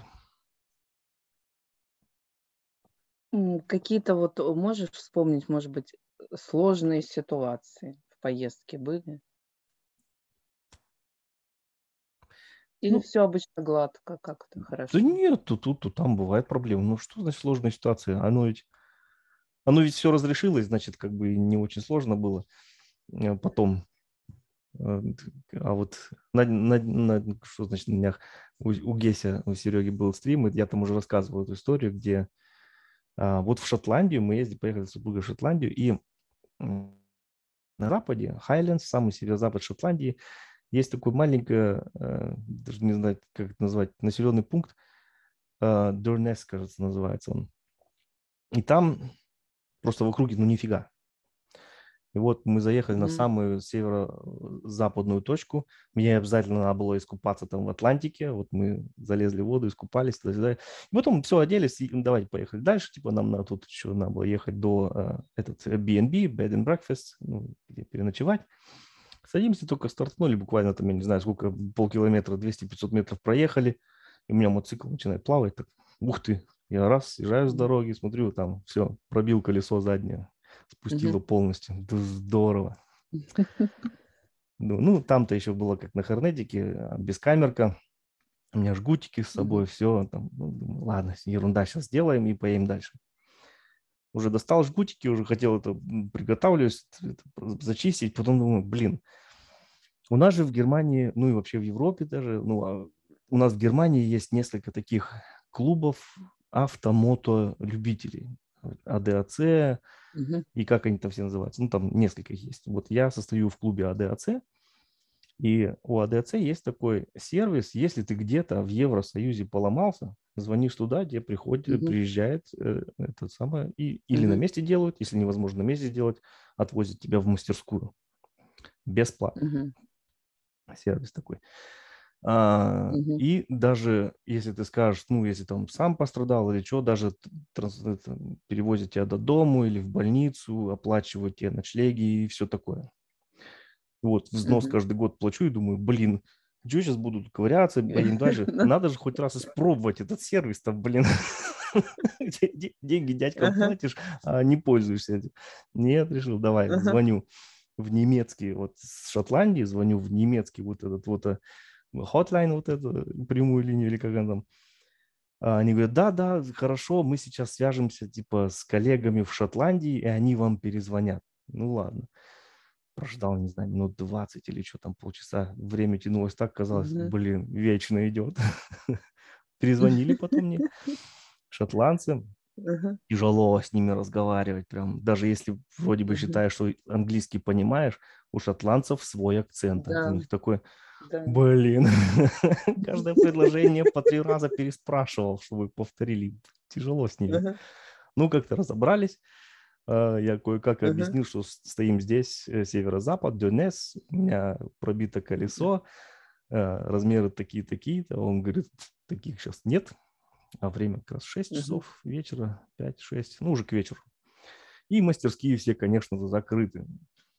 М, Какие-то вот э, можешь вспомнить, может быть, э, сложные ситуации в поездке были? Или Ну, все обычно гладко, как-то да хорошо? нет, тут, тут, тут там бывает проблемы. Ну, что значит сложная ситуация? Оно ведь, оно ведь все разрешилось, значит, как бы не очень сложно было э, потом. Э, А вот на, на- на- что значит на днях у, у Геся, у Сереги был стрим, и я там уже рассказывал эту историю, где а, вот в Шотландию мы ездили, поехали с супругой в Шотландию, и м, на западе, Хайлендс, самый северо-запад Шотландии, есть такой маленький, э, даже не знаю, как это назвать, населенный пункт, э, Дурнес, кажется, называется он. И там просто в округе, ну, нифига. И вот мы заехали на Мгм. самую северо-западную точку. Мне обязательно надо было искупаться там в Атлантике. Вот мы залезли в воду, искупались. Туда-сюда. И потом все, оделись и давайте поехали дальше. Типа нам на, тут еще надо было ехать до э, этот би энд би, Bed and Breakfast, ну, где переночевать. Садимся, только стартнули, буквально там, я не знаю, сколько, полкилометра, двести-пятьсот метров проехали. И у меня мотоцикл начинает плавать. Так, ух ты, я раз съезжаю с Мгм. дороги, смотрю, там все, пробил колесо заднее, Мгм. спустило полностью. Да здорово. Ну, ну, там-то еще было как на Хорнетике, а, бескамерка. У меня жгутики с собой, Мгм. все. Там, ну, думаю, ладно, ерунда, сейчас сделаем и поедем дальше. Уже достал жгутики, уже хотел это, м, приготавливаюсь это зачистить. Потом думаю, блин, у нас же в Германии, ну и вообще в Европе даже, ну, а у нас в Германии есть несколько таких клубов автомото-любителей. а дэ а цэ Мгм. и как они там все называются. Ну, там несколько их есть. Вот я состою в клубе а дэ а цэ, и у а дэ а цэ есть такой сервис, если ты где-то в Евросоюзе поломался, звонишь туда, где приходит, Мгм. приезжает э, это самое, и, или на Мгм. месте делают, если невозможно на месте сделать, отвозят тебя в мастерскую. Бесплатно. Мгм. Сервис такой. А, Мгм. и даже если ты скажешь, ну, если там сам пострадал или что, даже транс, это, перевозят тебя до дому или в больницу, оплачивают тебе ночлеги и все такое. Вот, взнос Мгм. каждый год плачу и думаю, блин, что сейчас буду тут ковыряться, поедем дальше. Ну, Надо же хоть раз испробовать этот сервис, там, блин. Деньги дядькам ага, платишь, а не пользуешься этим. Нет, решил, давай, ага. звоню в немецкий, вот с Шотландии, звоню в немецкий вот этот вот э, hotline, вот эту прямую линию или как она там. А Они говорят, да, да, хорошо, мы сейчас свяжемся типа с коллегами в Шотландии, и они вам перезвонят. Ну ладно. Прождал, не знаю, минут двадцать или что там, полчаса. Время тянулось так, казалось, Мгм. блин, вечно идет. Перезвонили потом мне шотландцы. Ага. Тяжело с ними разговаривать. Прям, даже если вроде бы Мгм. считаешь, что английский понимаешь, у шотландцев свой акцент. У Да, них такой, да. блин, каждое предложение по три раза переспрашивал, чтобы повторили. Тяжело с ними. Ага, Ну, как-то разобрались. А, Я кое-как ага. объяснил, что с- стоим здесь, э, северо-запад, Дюнес, у меня пробито колесо, э, размеры такие-такие-то. Он говорит, таких сейчас нет, а время как раз шесть Мгм. часов вечера, пять-шесть, ну, уже к вечеру. И мастерские все, конечно, закрыты.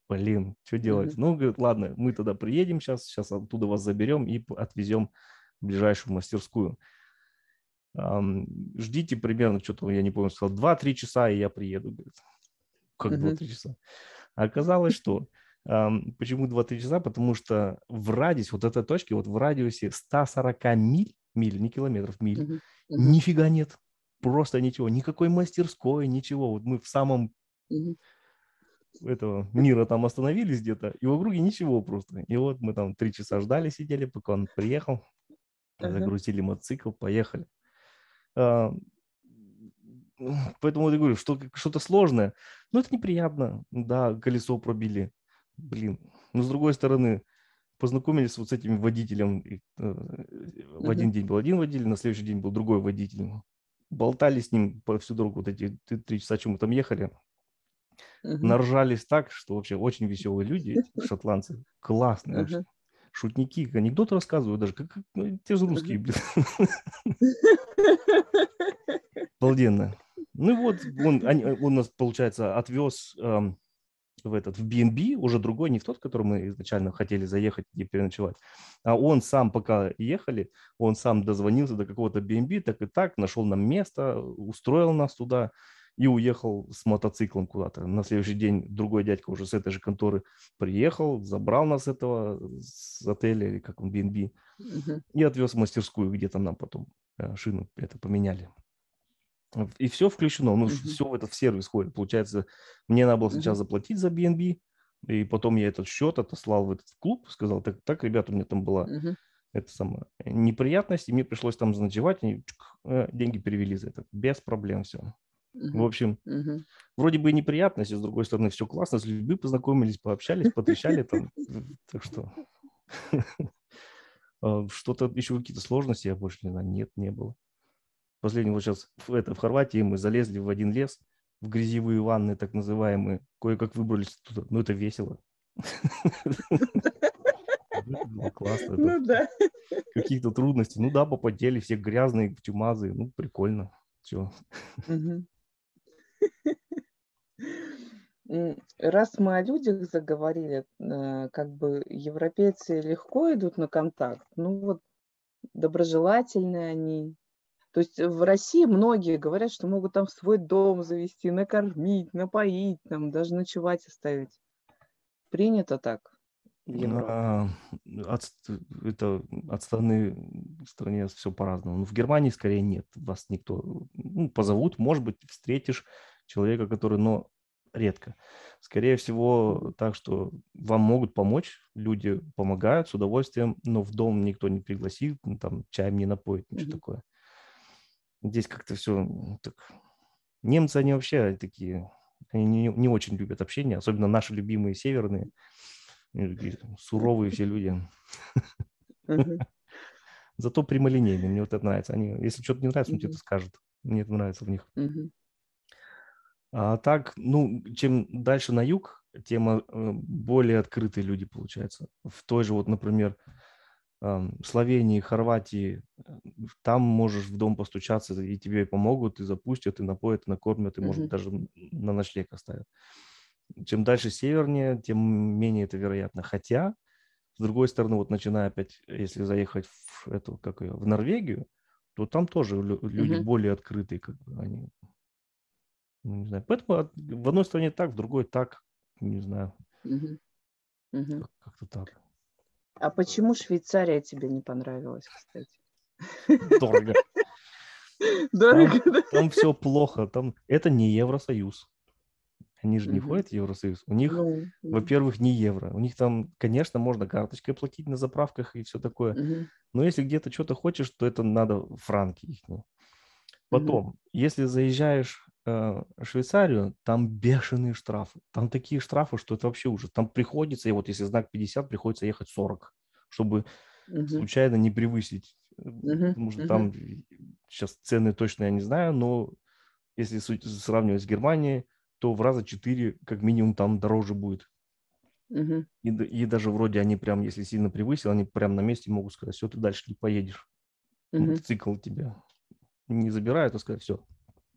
блин, что делать? Мгм. Ну, говорит, ладно, мы тогда приедем сейчас, сейчас оттуда вас заберем и п- отвезем в ближайшую мастерскую. Ам, ждите примерно, что-то я не помню, сказал, два-три часа, и я приеду. Говорит. Как Мгм. два-три часа? А оказалось, что ам, почему два-три часа? Потому что в радиусе, вот этой точки, вот в радиусе ста сорока миль, миль, не километров, миль, Мгм. Мгм. нифига нет. Просто ничего, никакой мастерской, ничего. Вот мы в самом Мгм. этого мира там остановились где-то, и в округе ничего просто. И вот мы там три часа ждали, сидели, пока он приехал, Ага. загрузили мотоцикл, поехали. А, ну, Поэтому я говорю, что что-то сложное, но это неприятно. Да, колесо пробили, блин. Но с другой стороны, познакомились вот с этим водителем. И, э, в Мгм. один день был один водитель, на следующий день был другой водитель. Болтали с ним по всю дорогу, вот эти т- три часа, чем мы там ехали. Мгм. Наржались так, что вообще очень веселые люди, эти шотландцы. Классные вообще. Ага. Шутники, анекдоты рассказывают даже, как, как, ну, те же русские, Ага. блин. Обалденно. Ну и вот он, они- он нас, получается, отвез эм, в этот, в би энд би, уже другой, не в тот, в который мы изначально хотели заехать и переночевать, а он сам, пока ехали, он сам дозвонился до какого-то би энд би, так и так, нашел нам место, устроил нас туда и уехал с мотоциклом куда-то. На следующий день другой дядька уже с этой же конторы приехал, забрал нас с этого, с отеля, или как он, би энд би, Мгм. и отвез в мастерскую, где там нам потом э, шину это поменяли. И все включено, ну, Мгм. все это в сервис ходит. Получается, мне надо было сначала Мгм. заплатить за би энд би, и потом я этот счет отослал в этот клуб, сказал, так, так, ребята, у меня там была Мгм. это самая неприятность, и мне пришлось там заночевать, и чук, э, деньги перевели за это, без проблем все. В Мгм. общем, Мгм. вроде бы и неприятность, и с другой стороны все классно, с людьми познакомились, пообщались, потрещали там, так что э, что-то еще какие-то сложности, я больше не знаю, нет, не было. Последний вот сейчас в, это, в Хорватии мы залезли в один лес, в грязевые ванны так называемые, кое-как выбрались туда. Ну, это весело. Это было классно. Это Ну да. каких-то трудностей. Ну да, попотели, все грязные, чумазые. Ну, прикольно. Все. Мгм. М, Раз мы о людях заговорили, э, как бы европейцы легко идут на контакт. Ну вот доброжелательные они. То есть в России многие говорят, что могут там свой дом завести, накормить, напоить, там даже ночевать оставить. Принято так в Европе. А, от, ст- это от страны к стране все по-разному. Ну, в Германии скорее нет. Вас никто ну, позовут, может быть, встретишь человека, который, но редко. Скорее Мгм. всего, так что вам могут помочь, люди помогают с удовольствием, но в дом никто не пригласит, ну, там чаем не напоит, ничего Мгм. такое. Здесь как-то все так. Немцы, они вообще такие, они не, не очень любят общение, особенно наши любимые северные, они такие суровые все люди. Мгм. Зато прямолинейные, мне вот это нравится. Они, если что-то не нравится, он тебе это Мгм. скажет. Мне это нравится в них. Мгм. А так, ну, чем дальше на юг, тем э, более открытые люди получаются. В той же вот, например, эм, Словении, Хорватии, э, там можешь в дом постучаться, и тебе помогут, и запустят, и напоят, и накормят, и, может, Мгм. даже на ночлег оставят. Чем дальше севернее, тем менее это вероятно. Хотя, с другой стороны, вот начиная опять, если заехать в эту, как ее, в Норвегию, то там тоже лю- люди Мгм. более открытые, как бы они, ну, не знаю. Поэтому от- в одной стране так, в другой так, не знаю, Мгм. Мгм. как- как-то так. А почему Швейцария тебе не понравилась, кстати? Дорого. Там, Дорого, да? там все плохо. Там это не Евросоюз. Они же не Мгм. входят в Евросоюз. У них, Ну, ну. во-первых, не евро. У них там, конечно, можно карточкой платить на заправках и все такое. Мгм. Но если где-то что-то хочешь, то это надо франки их. Мгм. Потом, если заезжаешь э, в Швейцарию, там бешеные штрафы. Там такие штрафы, что это вообще ужас. Там приходится, и вот если знак пятьдесят, приходится ехать сорок, чтобы Мгм. случайно не превысить. Э, Мгм. Потому что Мгм. там сейчас цены точно я не знаю, но если су- сравнивать с Германией, то в раза четыре как минимум там дороже будет. Мгм. И, д- и даже вроде они прям, если сильно превысил, они прям на месте могут сказать, все, ты дальше не поедешь. Мгм. Мотоцикл тебя не забирают, а сказать, все,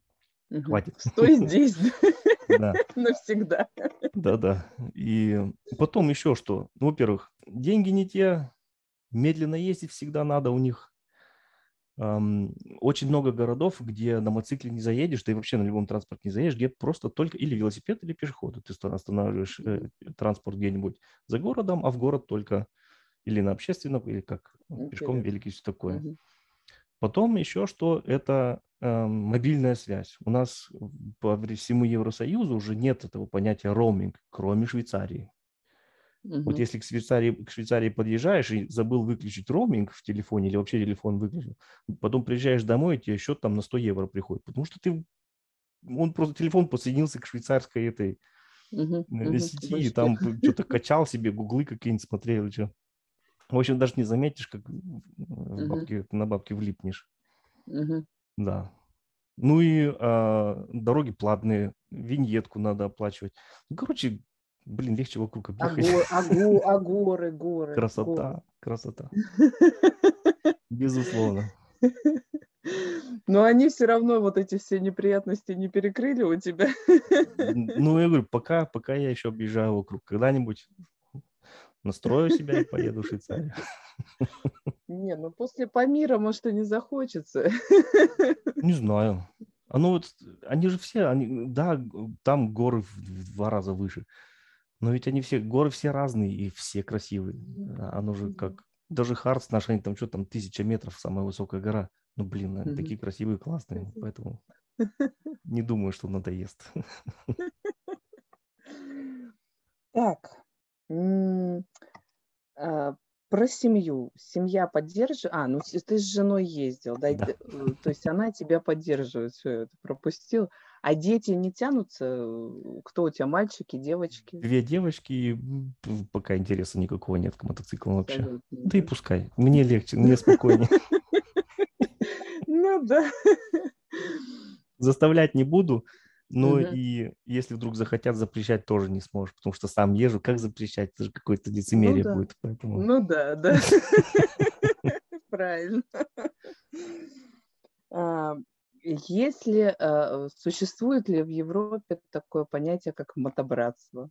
Мгм. Хватит. Стой здесь Да, навсегда. да-да. И потом еще что. Ну, во-первых, деньги не те, медленно ездить всегда надо у них. Ам, Очень много городов, где на мотоцикле не заедешь, да и вообще на любом транспорте не заедешь, где просто только или велосипед, или пешеход. Ты ста- останавливаешь э, Мгм. транспорт где-нибудь за городом, а в город только или на общественном, или как ну, пешком, Интересно. велики, все такое. Мгм. Потом еще что, это эм, мобильная связь. У нас по всему Евросоюзу уже нет этого понятия роуминг, кроме Швейцарии. Вот Мгм. если к Швейцарии, к Швейцарии подъезжаешь и забыл выключить роуминг в телефоне или вообще телефон выключил, потом приезжаешь домой, и тебе счет там на сто евро приходит, потому что ты, он просто телефон подсоединился к швейцарской этой Мгм. э, Мгм. сети, и Башке. там что-то качал себе, гуглы какие-нибудь смотрел, или что. В общем, даже не заметишь, как в Мгм. бабки, на бабки влипнешь. Мгм. Да. Ну и а, дороги платные, виньетку надо оплачивать. Ну, короче, блин, легче вокруг А, объехать. го- а го- а горы, горы, горы. Красота, красота. Безусловно. Но они все равно вот эти все неприятности не перекрыли у тебя. Н- Ну, я говорю, пока, пока я еще объезжаю вокруг. Когда-нибудь настрою себя и поеду в Швейцарию. Не, ну после Памира, может, и не захочется. Не знаю. А ну вот, они же все, они, да, г- там горы в, в два раза выше. Но ведь они все, горы все разные и все красивые. Мгм. А Оно же Мгм. как, даже Харц наш, они там что там, тысяча метров, самая высокая гора. Ну, блин, они Мгм. такие красивые, классные. Поэтому не думаю, что надоест. Так, м, а, про семью. Семья поддерживает. А, ну с ты с женой ездил, да, и Да. т э, то есть она тебя поддерживает, всё, это пропустил. А дети не тянутся? Э, кто у тебя, мальчики, девочки? Две девочки, и, м, п- пока интереса никакого нет к мотоциклам вообще. Абсолютно, Да и да. пускай. Мне легче, мне спокойнее. Ну да. Заставлять не буду, но Мгм. и если вдруг захотят, запрещать тоже не сможешь, потому что сам езжу. Как запрещать? Это же какое-то Ну лицемерие да. будет. Поэтому Ну да, да. Правильно. А, Если, а, существует ли в Европе такое понятие, как мотобратство?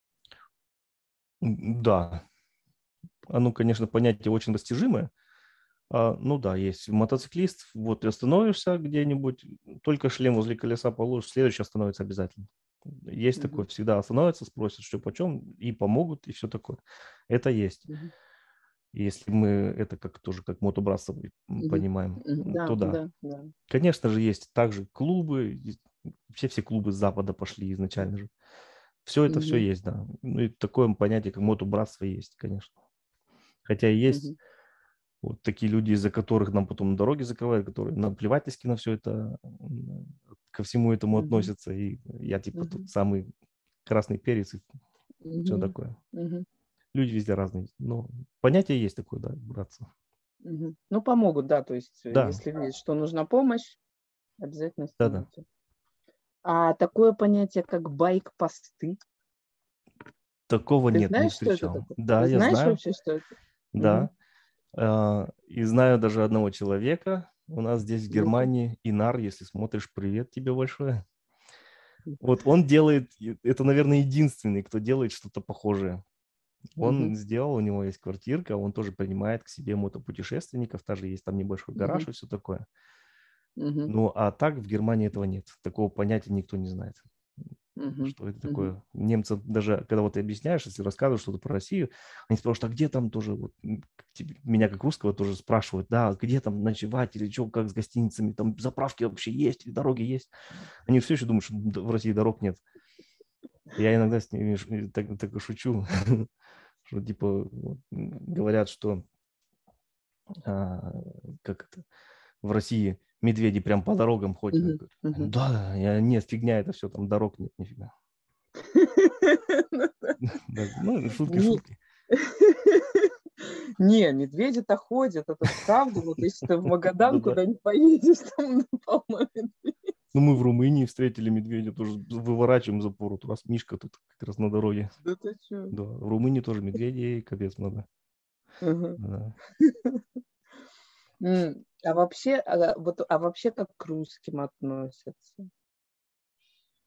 м, да, оно, конечно, понятие очень достижимое. А, ну да, есть мотоциклист, вот ты остановишься где-нибудь, только шлем возле колеса положишь, следующий остановится обязательно. Есть Мгм. такое, всегда остановятся, спросят, что почем, и помогут, и все такое. Это есть. Мгм. Если мы это как тоже как мотобратство м, Мгм. понимаем, Мгм. м, Да, то да. да, да. Конечно же, есть также клубы, есть- вообще все клубы с Запада пошли изначально же. Все это, все Мгм. есть, да. Ну и такое понятие, как мотобратство есть, конечно. Хотя и есть Мгм. вот такие люди, из-за которых нам потом дороги закрывают, которые наплевательски на все это, м, ко всему этому Мгм. относятся. И я типа тут Мгм. самый красный перец и все Мгм. такое. Мгм. Люди везде разные. Но понятие есть такое, да, братство. Мгм. Ну, помогут, да, то есть, э, Да, если видят, что нужна помощь, обязательно да-да. остановите. А такое понятие, как байк-посты, Такого ты нет, не знаешь, что это встречал. такое? Да, Ты я знаешь знаю, вообще, что это? Мгм. да. А, И знаю даже одного человека у нас здесь в Ну-ка. Германии, Инар, если смотришь, привет тебе большое. Вот он делает, и это, наверное, единственный, кто делает что-то похожее. Мгм. Он сделал, у него есть квартирка, он тоже принимает к себе мотопутешественников, даже есть там небольшой Мгм. гараж и все такое. Мгм. Ну, а так в Германии этого нет. Такого понятия никто не знает. Мгм. Что это Мгм. такое? Немцам даже, когда вот ты объясняешь, если рассказываешь что-то про Россию, они спрашивают, а где там тоже, вот, м, тебе- меня как русского тоже спрашивают, да, где там ночевать или что, как с гостиницами, там заправки вообще есть, или дороги есть. Они все еще думают, что д- в России дорог нет. Я иногда с ними ш- э, так, так и шучу, что типа вот, м, говорят, что а, как это, в России медведи прям по дорогам ходят. Я Мгм. говорю, Мгм. да, я, нет, фигня это все, там дорог нет, нифига. Ну да. Да, ну, шутки, Не шутки. не, медведи-то ходят, это правда. Вот если ты в Магадан Да-да. куда-нибудь поедешь, там полно медведей. Ну, мы в Румынии встретили медведя, тоже выворачиваем за пору. Раз Мишка тут как раз на дороге. Да ты чё? Да, в Румынии тоже медведей, капец много. Ага. Да. М, а вообще, а, вот, а вообще как к русским относятся?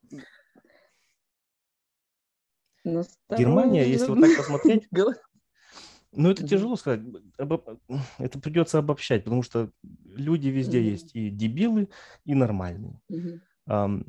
Германия, если вот так посмотреть, Настороженно. ну, это Мгм. тяжело сказать. Обо- Это придется обобщать, потому что люди везде Мгм. есть и дебилы, и нормальные. Мгм. Ам,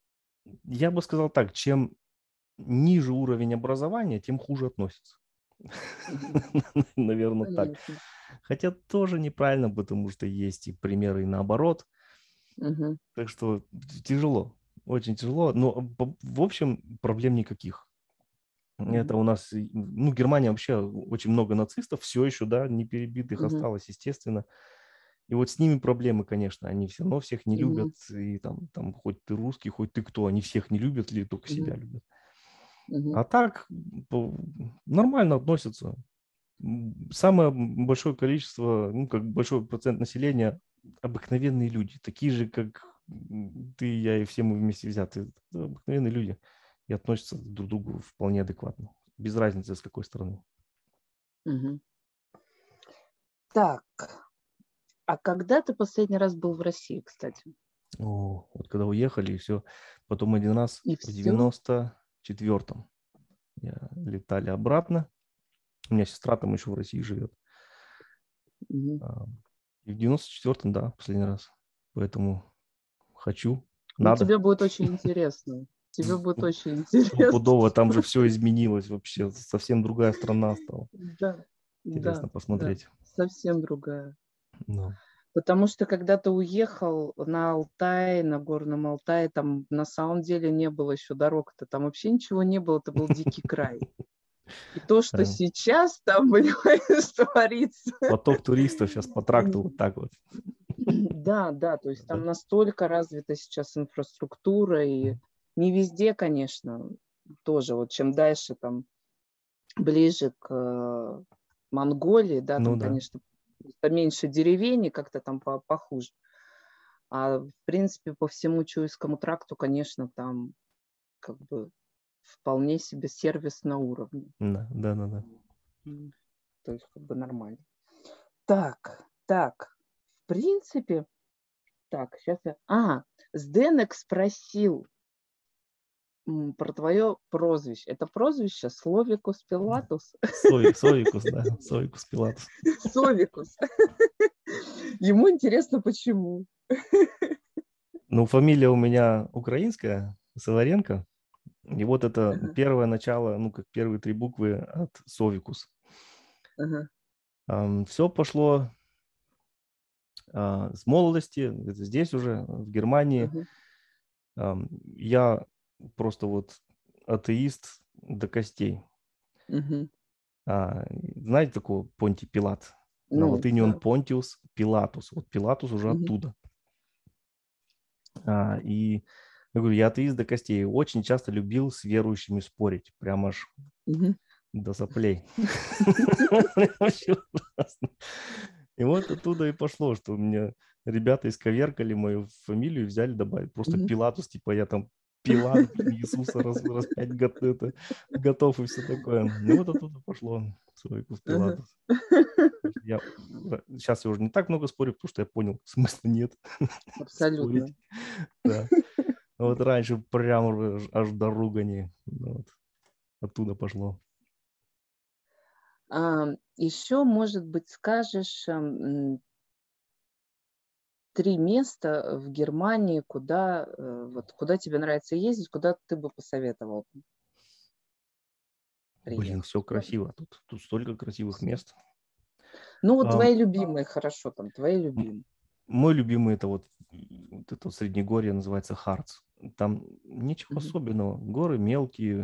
Я бы сказал так, чем ниже уровень образования, тем хуже относятся. Мгм. Наверное, так. Понятно. Хотя тоже неправильно, потому что есть и примеры и наоборот. Мгм. Так что тяжело, очень тяжело. Но по- в общем проблем никаких. Это Мгм. у нас, и- ну, Германия вообще очень много нацистов, все еще, да, не перебитых Мгм. осталось, естественно. И вот с ними проблемы, конечно, они все равно всех не любят, Мгм. и там, там хоть ты русский, хоть ты кто, они всех не любят или только Мгм. себя любят. Мгм. А так по- нормально относятся. М, Самое большое количество, ну, как большой процент населения обыкновенные люди, такие же, как м, ты, я и все мы вместе взяты. Это обыкновенные люди и относятся друг к другу вполне адекватно, без разницы, с какой стороны. Мгм. Так, а когда ты последний раз был в России, кстати? О, вот когда уехали, и все. Потом один раз И в все? девяносто четвёртом я летали обратно. У меня сестра там еще в России живет. А, И в девяносто четвёртом, да, последний раз. Поэтому хочу, Ну, надо. тебе будет очень интересно. Тебе будет очень интересно. Стопудово, там же все изменилось вообще. Совсем другая страна стала. Да, да, Интересно да, посмотреть. совсем другая. Ну, Потому что когда ты уехал на Алтай, на Горном Алтае, там на самом деле не было еще дорог-то, там вообще ничего не было, это был дикий край. И то, что э, сейчас там, понимаешь, творится. Поток туристов сейчас по тракту вот так вот. Да, да, то есть Да. там настолько развита сейчас инфраструктура, и не везде, конечно, тоже. Вот чем дальше там ближе к э, Монголии, да, Ну там, да. конечно, меньше деревень, и как-то там по- похуже. А в принципе по всему Чуйскому тракту, конечно, там как бы вполне себе сервис на уровне. Да, да, да, да. М, То есть как бы нормально. Так, так, в принципе, так, сейчас я... А, Сденек спросил м, про твое прозвище. Это прозвище Словикус Пилатус? Сой, Совикус, да, Совикус Пилатус. Совикус. Ему интересно, почему. Ну, фамилия у меня украинская, Саваренко. И вот это Ага, первое начало, ну, как первые три буквы от Совикус. ага, Все пошло а, с молодости, это здесь уже, в Германии. ага, Ам, Я просто вот атеист до костей. мгм. А, Знаете такого Понтий Пилат? На Ну, латыни он да. Понтиус Пилатус. Вот Пилатус уже Мгм, оттуда. А, И я говорю, я атеист до костей. Очень часто любил с верующими спорить. Прям аж мгм. до соплей. Вообще ужасно. И вот оттуда и пошло, что у меня ребята исковеркали мою фамилию, взяли, добавили просто Мгм. Пилатус, типа я там Пилат, блин, Иисуса раз, распять го- это, готов и все такое. Ну вот оттуда пошло Совикус Ага. Пилатус. Я, сейчас я уже не так много спорю, потому что я понял, смысла нет спорить. Абсолютно. Да. А вот раньше прям уже аж до ругани. Ну вот. Оттуда пошло. А, еще, может быть, скажешь м, три места в Германии, куда, э, вот, куда тебе нравится ездить, куда ты бы посоветовал Блин, все приехать? Прям. красиво тут. Тут столько красивых мест. Ну, вот Ам, твои любимые, хорошо, там, твои м- любимые. Мой любимый это вот, вот это вот Среднегорье называется Харц. Там ничего Мгм. особенного. Горы мелкие.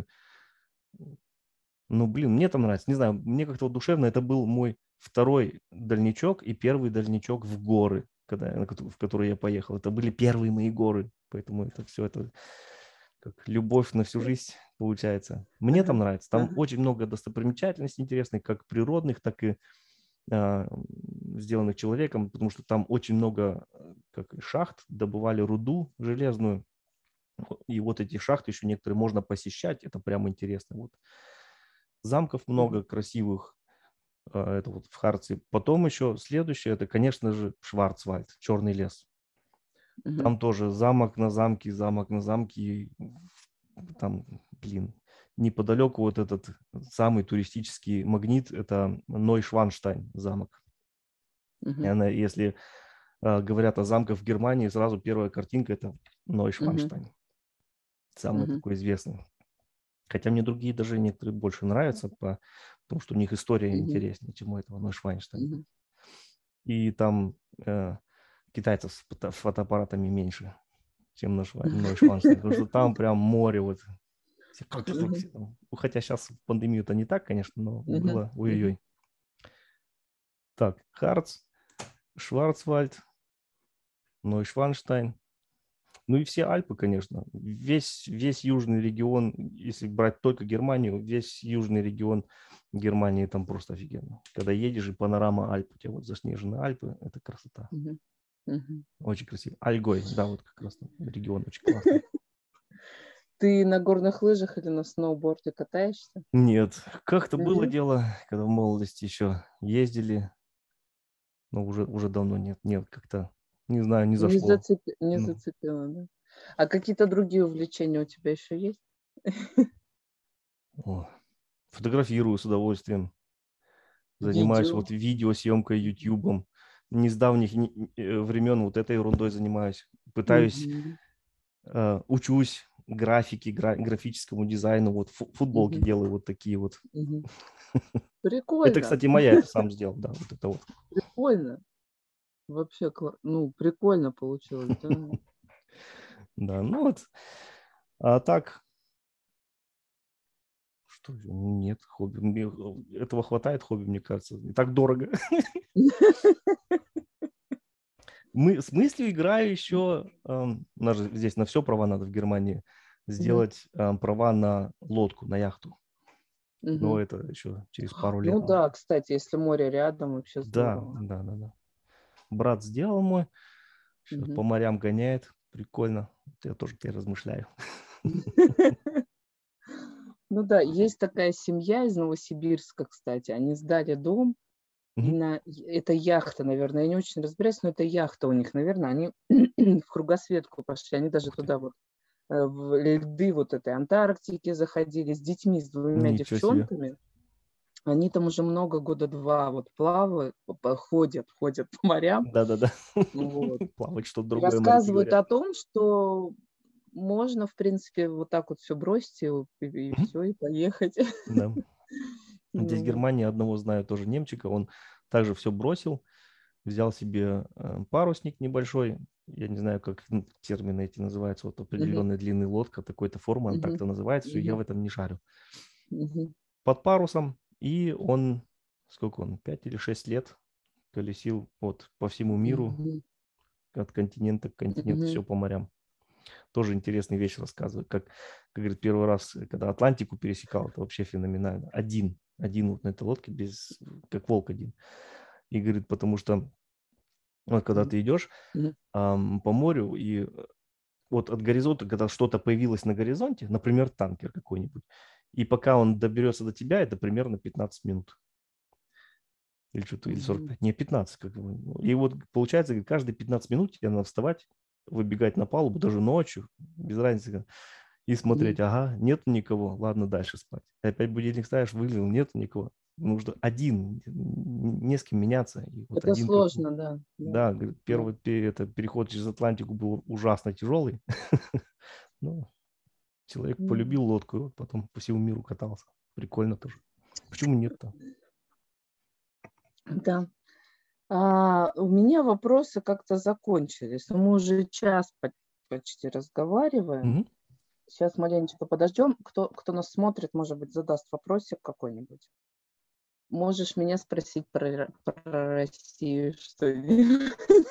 Ну, блин, мне там нравится. Не знаю, мне как-то вот душевно. Это был мой второй дальничок и первый дальничок в горы, когда, я- на кото- в которые я поехал. Это были первые мои горы. Поэтому это все это как любовь на всю жизнь получается. Мне там Ага, нравится. Там ага, очень много достопримечательностей интересных, как природных, так и а, сделанных человеком, потому что там очень много э, как и шахт, добывали руду железную, и вот эти шахты еще некоторые можно посещать, это прям интересно. Вот замков мгм, много красивых, а, это вот в Харце. Потом еще следующее, это, конечно же, Шварцвальд, Черный лес. Мгм. Там тоже замок на замке, замок на замке. И там, блин, неподалеку вот этот самый туристический магнит – это Нойшванштайн замок. И Мгм. она, если э, говорят о замках в Германии, сразу первая картинка – это Мгм. Нойшванштайн. Самый Мгм. такой известный. Хотя мне другие даже некоторые больше нравятся, по, потому что у них история Мгм. интереснее, чем у этого Нойшванштайна. Мгм. И там э, китайцев с фото- фотоаппаратами меньше, чем на Шва- Нойшванштайн, потому что там прям море вот. Все Мгм. все там. Ну, хотя сейчас в пандемию это не так, конечно, но Мгм. было Мгм. ой-ой-ой. Так, Харц, Шварцвальд, Нойшванштайн. Ну и все Альпы, конечно. Весь, весь южный регион, если брать только Германию, весь южный регион Германии там просто офигенно. Когда едешь и панорама Альп, у тебя вот заснеженные Альпы, это красота. Мгм. Мгм. Очень красиво. Альгой, да, вот как раз там регион очень классный. Ты на горных лыжах или на сноуборде катаешься? Нет, как-то было Мгм. дело, когда в молодости еще ездили, но уже, уже давно нет. Нет, как-то, не знаю, не Не зашло. зацепи- не Ну, зацепило, да? А какие-то другие увлечения у тебя еще есть? о, фотографирую с удовольствием. Занимаюсь Видео. вот видеосъемкой, ютубом. Не с давних ни- э, времен вот этой ерундой занимаюсь. Пытаюсь, Мгм. э, учусь графике, гра- графическому дизайну. Вот фу- футболки Мгм. делаю вот такие вот. Мгм. Это, Прикольно, кстати, моя, это сам сделал, да, вот это вот. прикольно. Вообще, кла- ну, прикольно получилось, да. Да, ну вот. А так, что же, нет, хобби. Мне этого хватает хобби, мне кажется. И так дорого. Мы с мыслью играю еще, эм, у нас же здесь на все права надо в Германии, Мгм. сделать эм, права на лодку, на яхту. Но Мгм. это еще через пару Ну лет надо. да, кстати, если море рядом, вообще Да, здорово. да, да, да. Брат сделал мой, сейчас по Мгм. морям гоняет, прикольно. Вот я тоже теперь размышляю. Ну да, есть такая семья из Новосибирска, кстати. Они сдали дом, и Мгм. на и это яхта, наверное. Я не очень разбираюсь, но это яхта у них, наверное. Они в кругосветку пошли. Они даже Ух ты, туда вот, э, в льды вот этой Антарктики заходили с детьми, с двумя ничего себе. девчонками. Они там уже много, года два вот плавают, по по ходят ходят по морям. Да-да-да. Вот. Плавать что-то И другое, моряки рассказывают говорят. о том, что можно, в принципе, вот так вот все бросить и и и Мгм. всё, и поехать. Да. Здесь в Ну вот. Германии одного знаю тоже немчика, он также все бросил, взял себе э, парусник небольшой, я не знаю, как н- термины эти называются, вот Мгм. определенная длинная лодка, такой-то формы, она Мгм. так-то называется, все, я Мгм. в этом не шарю. Мгм. Под парусом, и он, сколько он, пять или шесть лет колесил вот по всему миру, Мгм. от континента к континенту, Мгм. все по морям. Тоже интересные вещи рассказывает, как, как говорит, первый раз, э, когда Атлантику пересекал, это вообще феноменально. Один, один вот на этой лодке, без, как волк один. И говорит, потому что вот когда Мгм. ты идешь Мгм. ам, по морю, и э, вот от горизонта, когда что-то появилось на горизонте, например, танкер какой-нибудь, и пока он доберется до тебя, это примерно пятнадцать минут. Или что-то, или сорок Мгм. пять, не, пятнадцать. Как бы. И вот получается, говорит, каждые пятнадцать минут тебе надо вставать, выбегать на палубу, даже ночью, без разницы, и Мгм. смотреть, ага, нет никого, ладно, дальше спать. И опять будильник ставишь, выглянул, нет никого. Нужно один, не с кем меняться. И вот Это один как бы, сложно, да, да, да, говорит, да. первый пе- это, переход через Атлантику был ужасно тяжелый. Ну, человек М, полюбил лодку, и вот потом по всему миру катался. Прикольно тоже. Почему нет-то? да. А, у меня вопросы как-то закончились. Но мы уже час по почти разговариваем. Мгм. Сейчас маленечко подождем. Кто кто нас смотрит, может быть, задаст вопросик какой-нибудь. Можешь меня спросить про ро про Россию что-нибудь.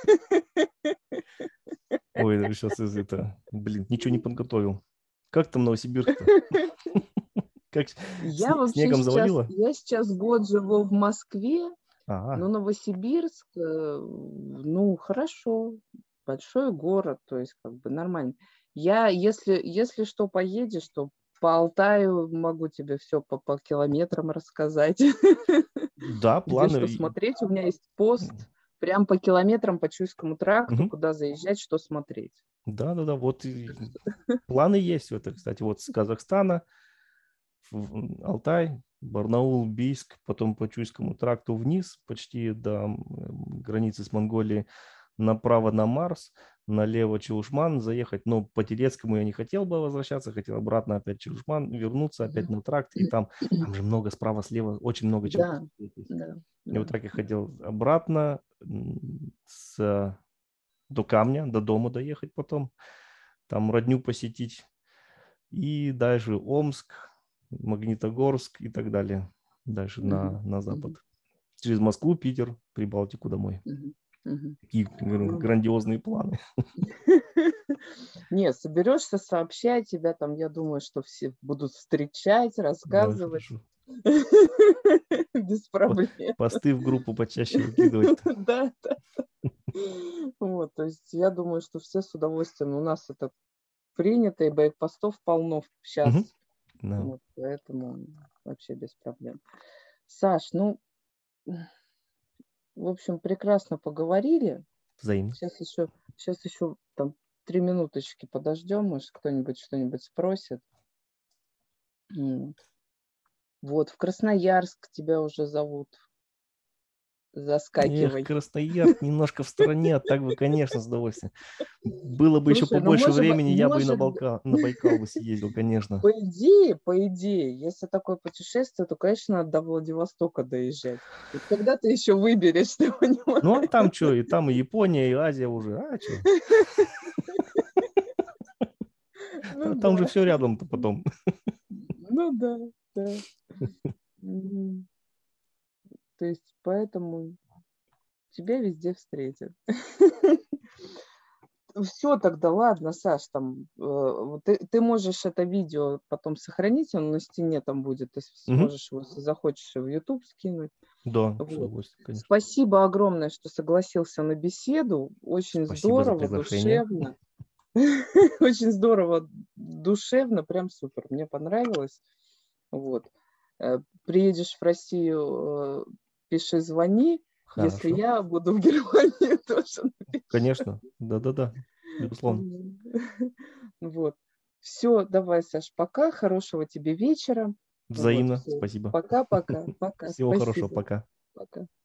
Ой, сейчас из это, блин, ничего не подготовил. Как там Новосибирск-то? Как Я сне- вообще снегом сейчас завалило? я сейчас год живу в Москве, А, но Новосибирск, э, ну, хорошо, большой город, то есть как бы нормально. Я, если если что, поедешь, то по Алтаю могу тебе все по по километрам рассказать, да, где что планы. смотреть. У меня есть пост Прям по километрам по Чуйскому тракту, Мгм. куда заезжать, что смотреть. Да-да-да, вот и планы есть в это, кстати, вот с Казахстана в Алтай, Барнаул, Бийск, потом по Чуйскому тракту вниз, почти до м, границы с Монголией, направо на Марс, налево Чулушман заехать. Но по Терецкому я не хотел бы возвращаться, хотел обратно опять Чулушман, вернуться опять на тракт. И там, там же много справа-слева, очень много чего Да, посмотреть есть. да, И вот да. так я хотел обратно м, с, до Камня, до дома доехать потом, там родню посетить. И дальше Омск, Магнитогорск и так далее. Дальше Мгм, на, на мгм, запад. Через Москву, Питер, Прибалтику домой. мгм, мгм. Такие говорю, Ну да. грандиозные планы. Не, соберешься, сообщай, тебя там, я думаю, что все будут встречать, Да, рассказывать. хорошо. Без По- проблем. Посты в группу почаще выкидывать. Да, да. Вот, то есть я думаю, что все с удовольствием. У нас это принято, и байк-постов полно Мгм. сейчас. Да, Вот, поэтому вообще без проблем. Саш, ну, в общем, прекрасно поговорили. взаимно. Сейчас еще, сейчас еще там три минуточки подождем, может, кто-нибудь что-нибудь спросит. М. Вот, в Красноярск тебя уже зовут. Эх, Заскакивай. Красноярск немножко в стороне, а так бы, конечно, с удовольствием. Было бы еще Слушай, ну побольше может быть, времени, я бы и на может, б- Балкан, на Байкал бы съездил, конечно. по идее, по идее, если такое путешествие, то, конечно, надо до Владивостока доезжать. Вот когда ты еще выберешь, ты Ну, а понимаешь? там что, и там и Япония, и Азия уже, а что? Ну Там же да, все рядом-то потом. ну да, да. Мгм. То есть поэтому тебя везде встретят. Все тогда, ладно, Саш, там, э, вот ты ты можешь это видео потом сохранить, оно на стене там будет, ты Мгм. сможешь его, если захочешь, в YouTube скинуть. Да, с Вот. удовольствием, конечно. Спасибо огромное, что согласился на беседу. Очень Спасибо за здорово, приглашение. душевно. Очень здорово, душевно, прям супер. Мне понравилось. Вот. Э, приедешь в Россию, э, пиши, звони. Если Хорошо. я буду в Германии, тоже напиши. Конечно. Да-да-да. Безусловно. М. Вот. Все, давай, Саш, пока. Хорошего тебе вечера. Вот, Взаимно. всё. Спасибо. Пока-пока. Пока. Всего хорошего. Спасибо. Пока. Пока.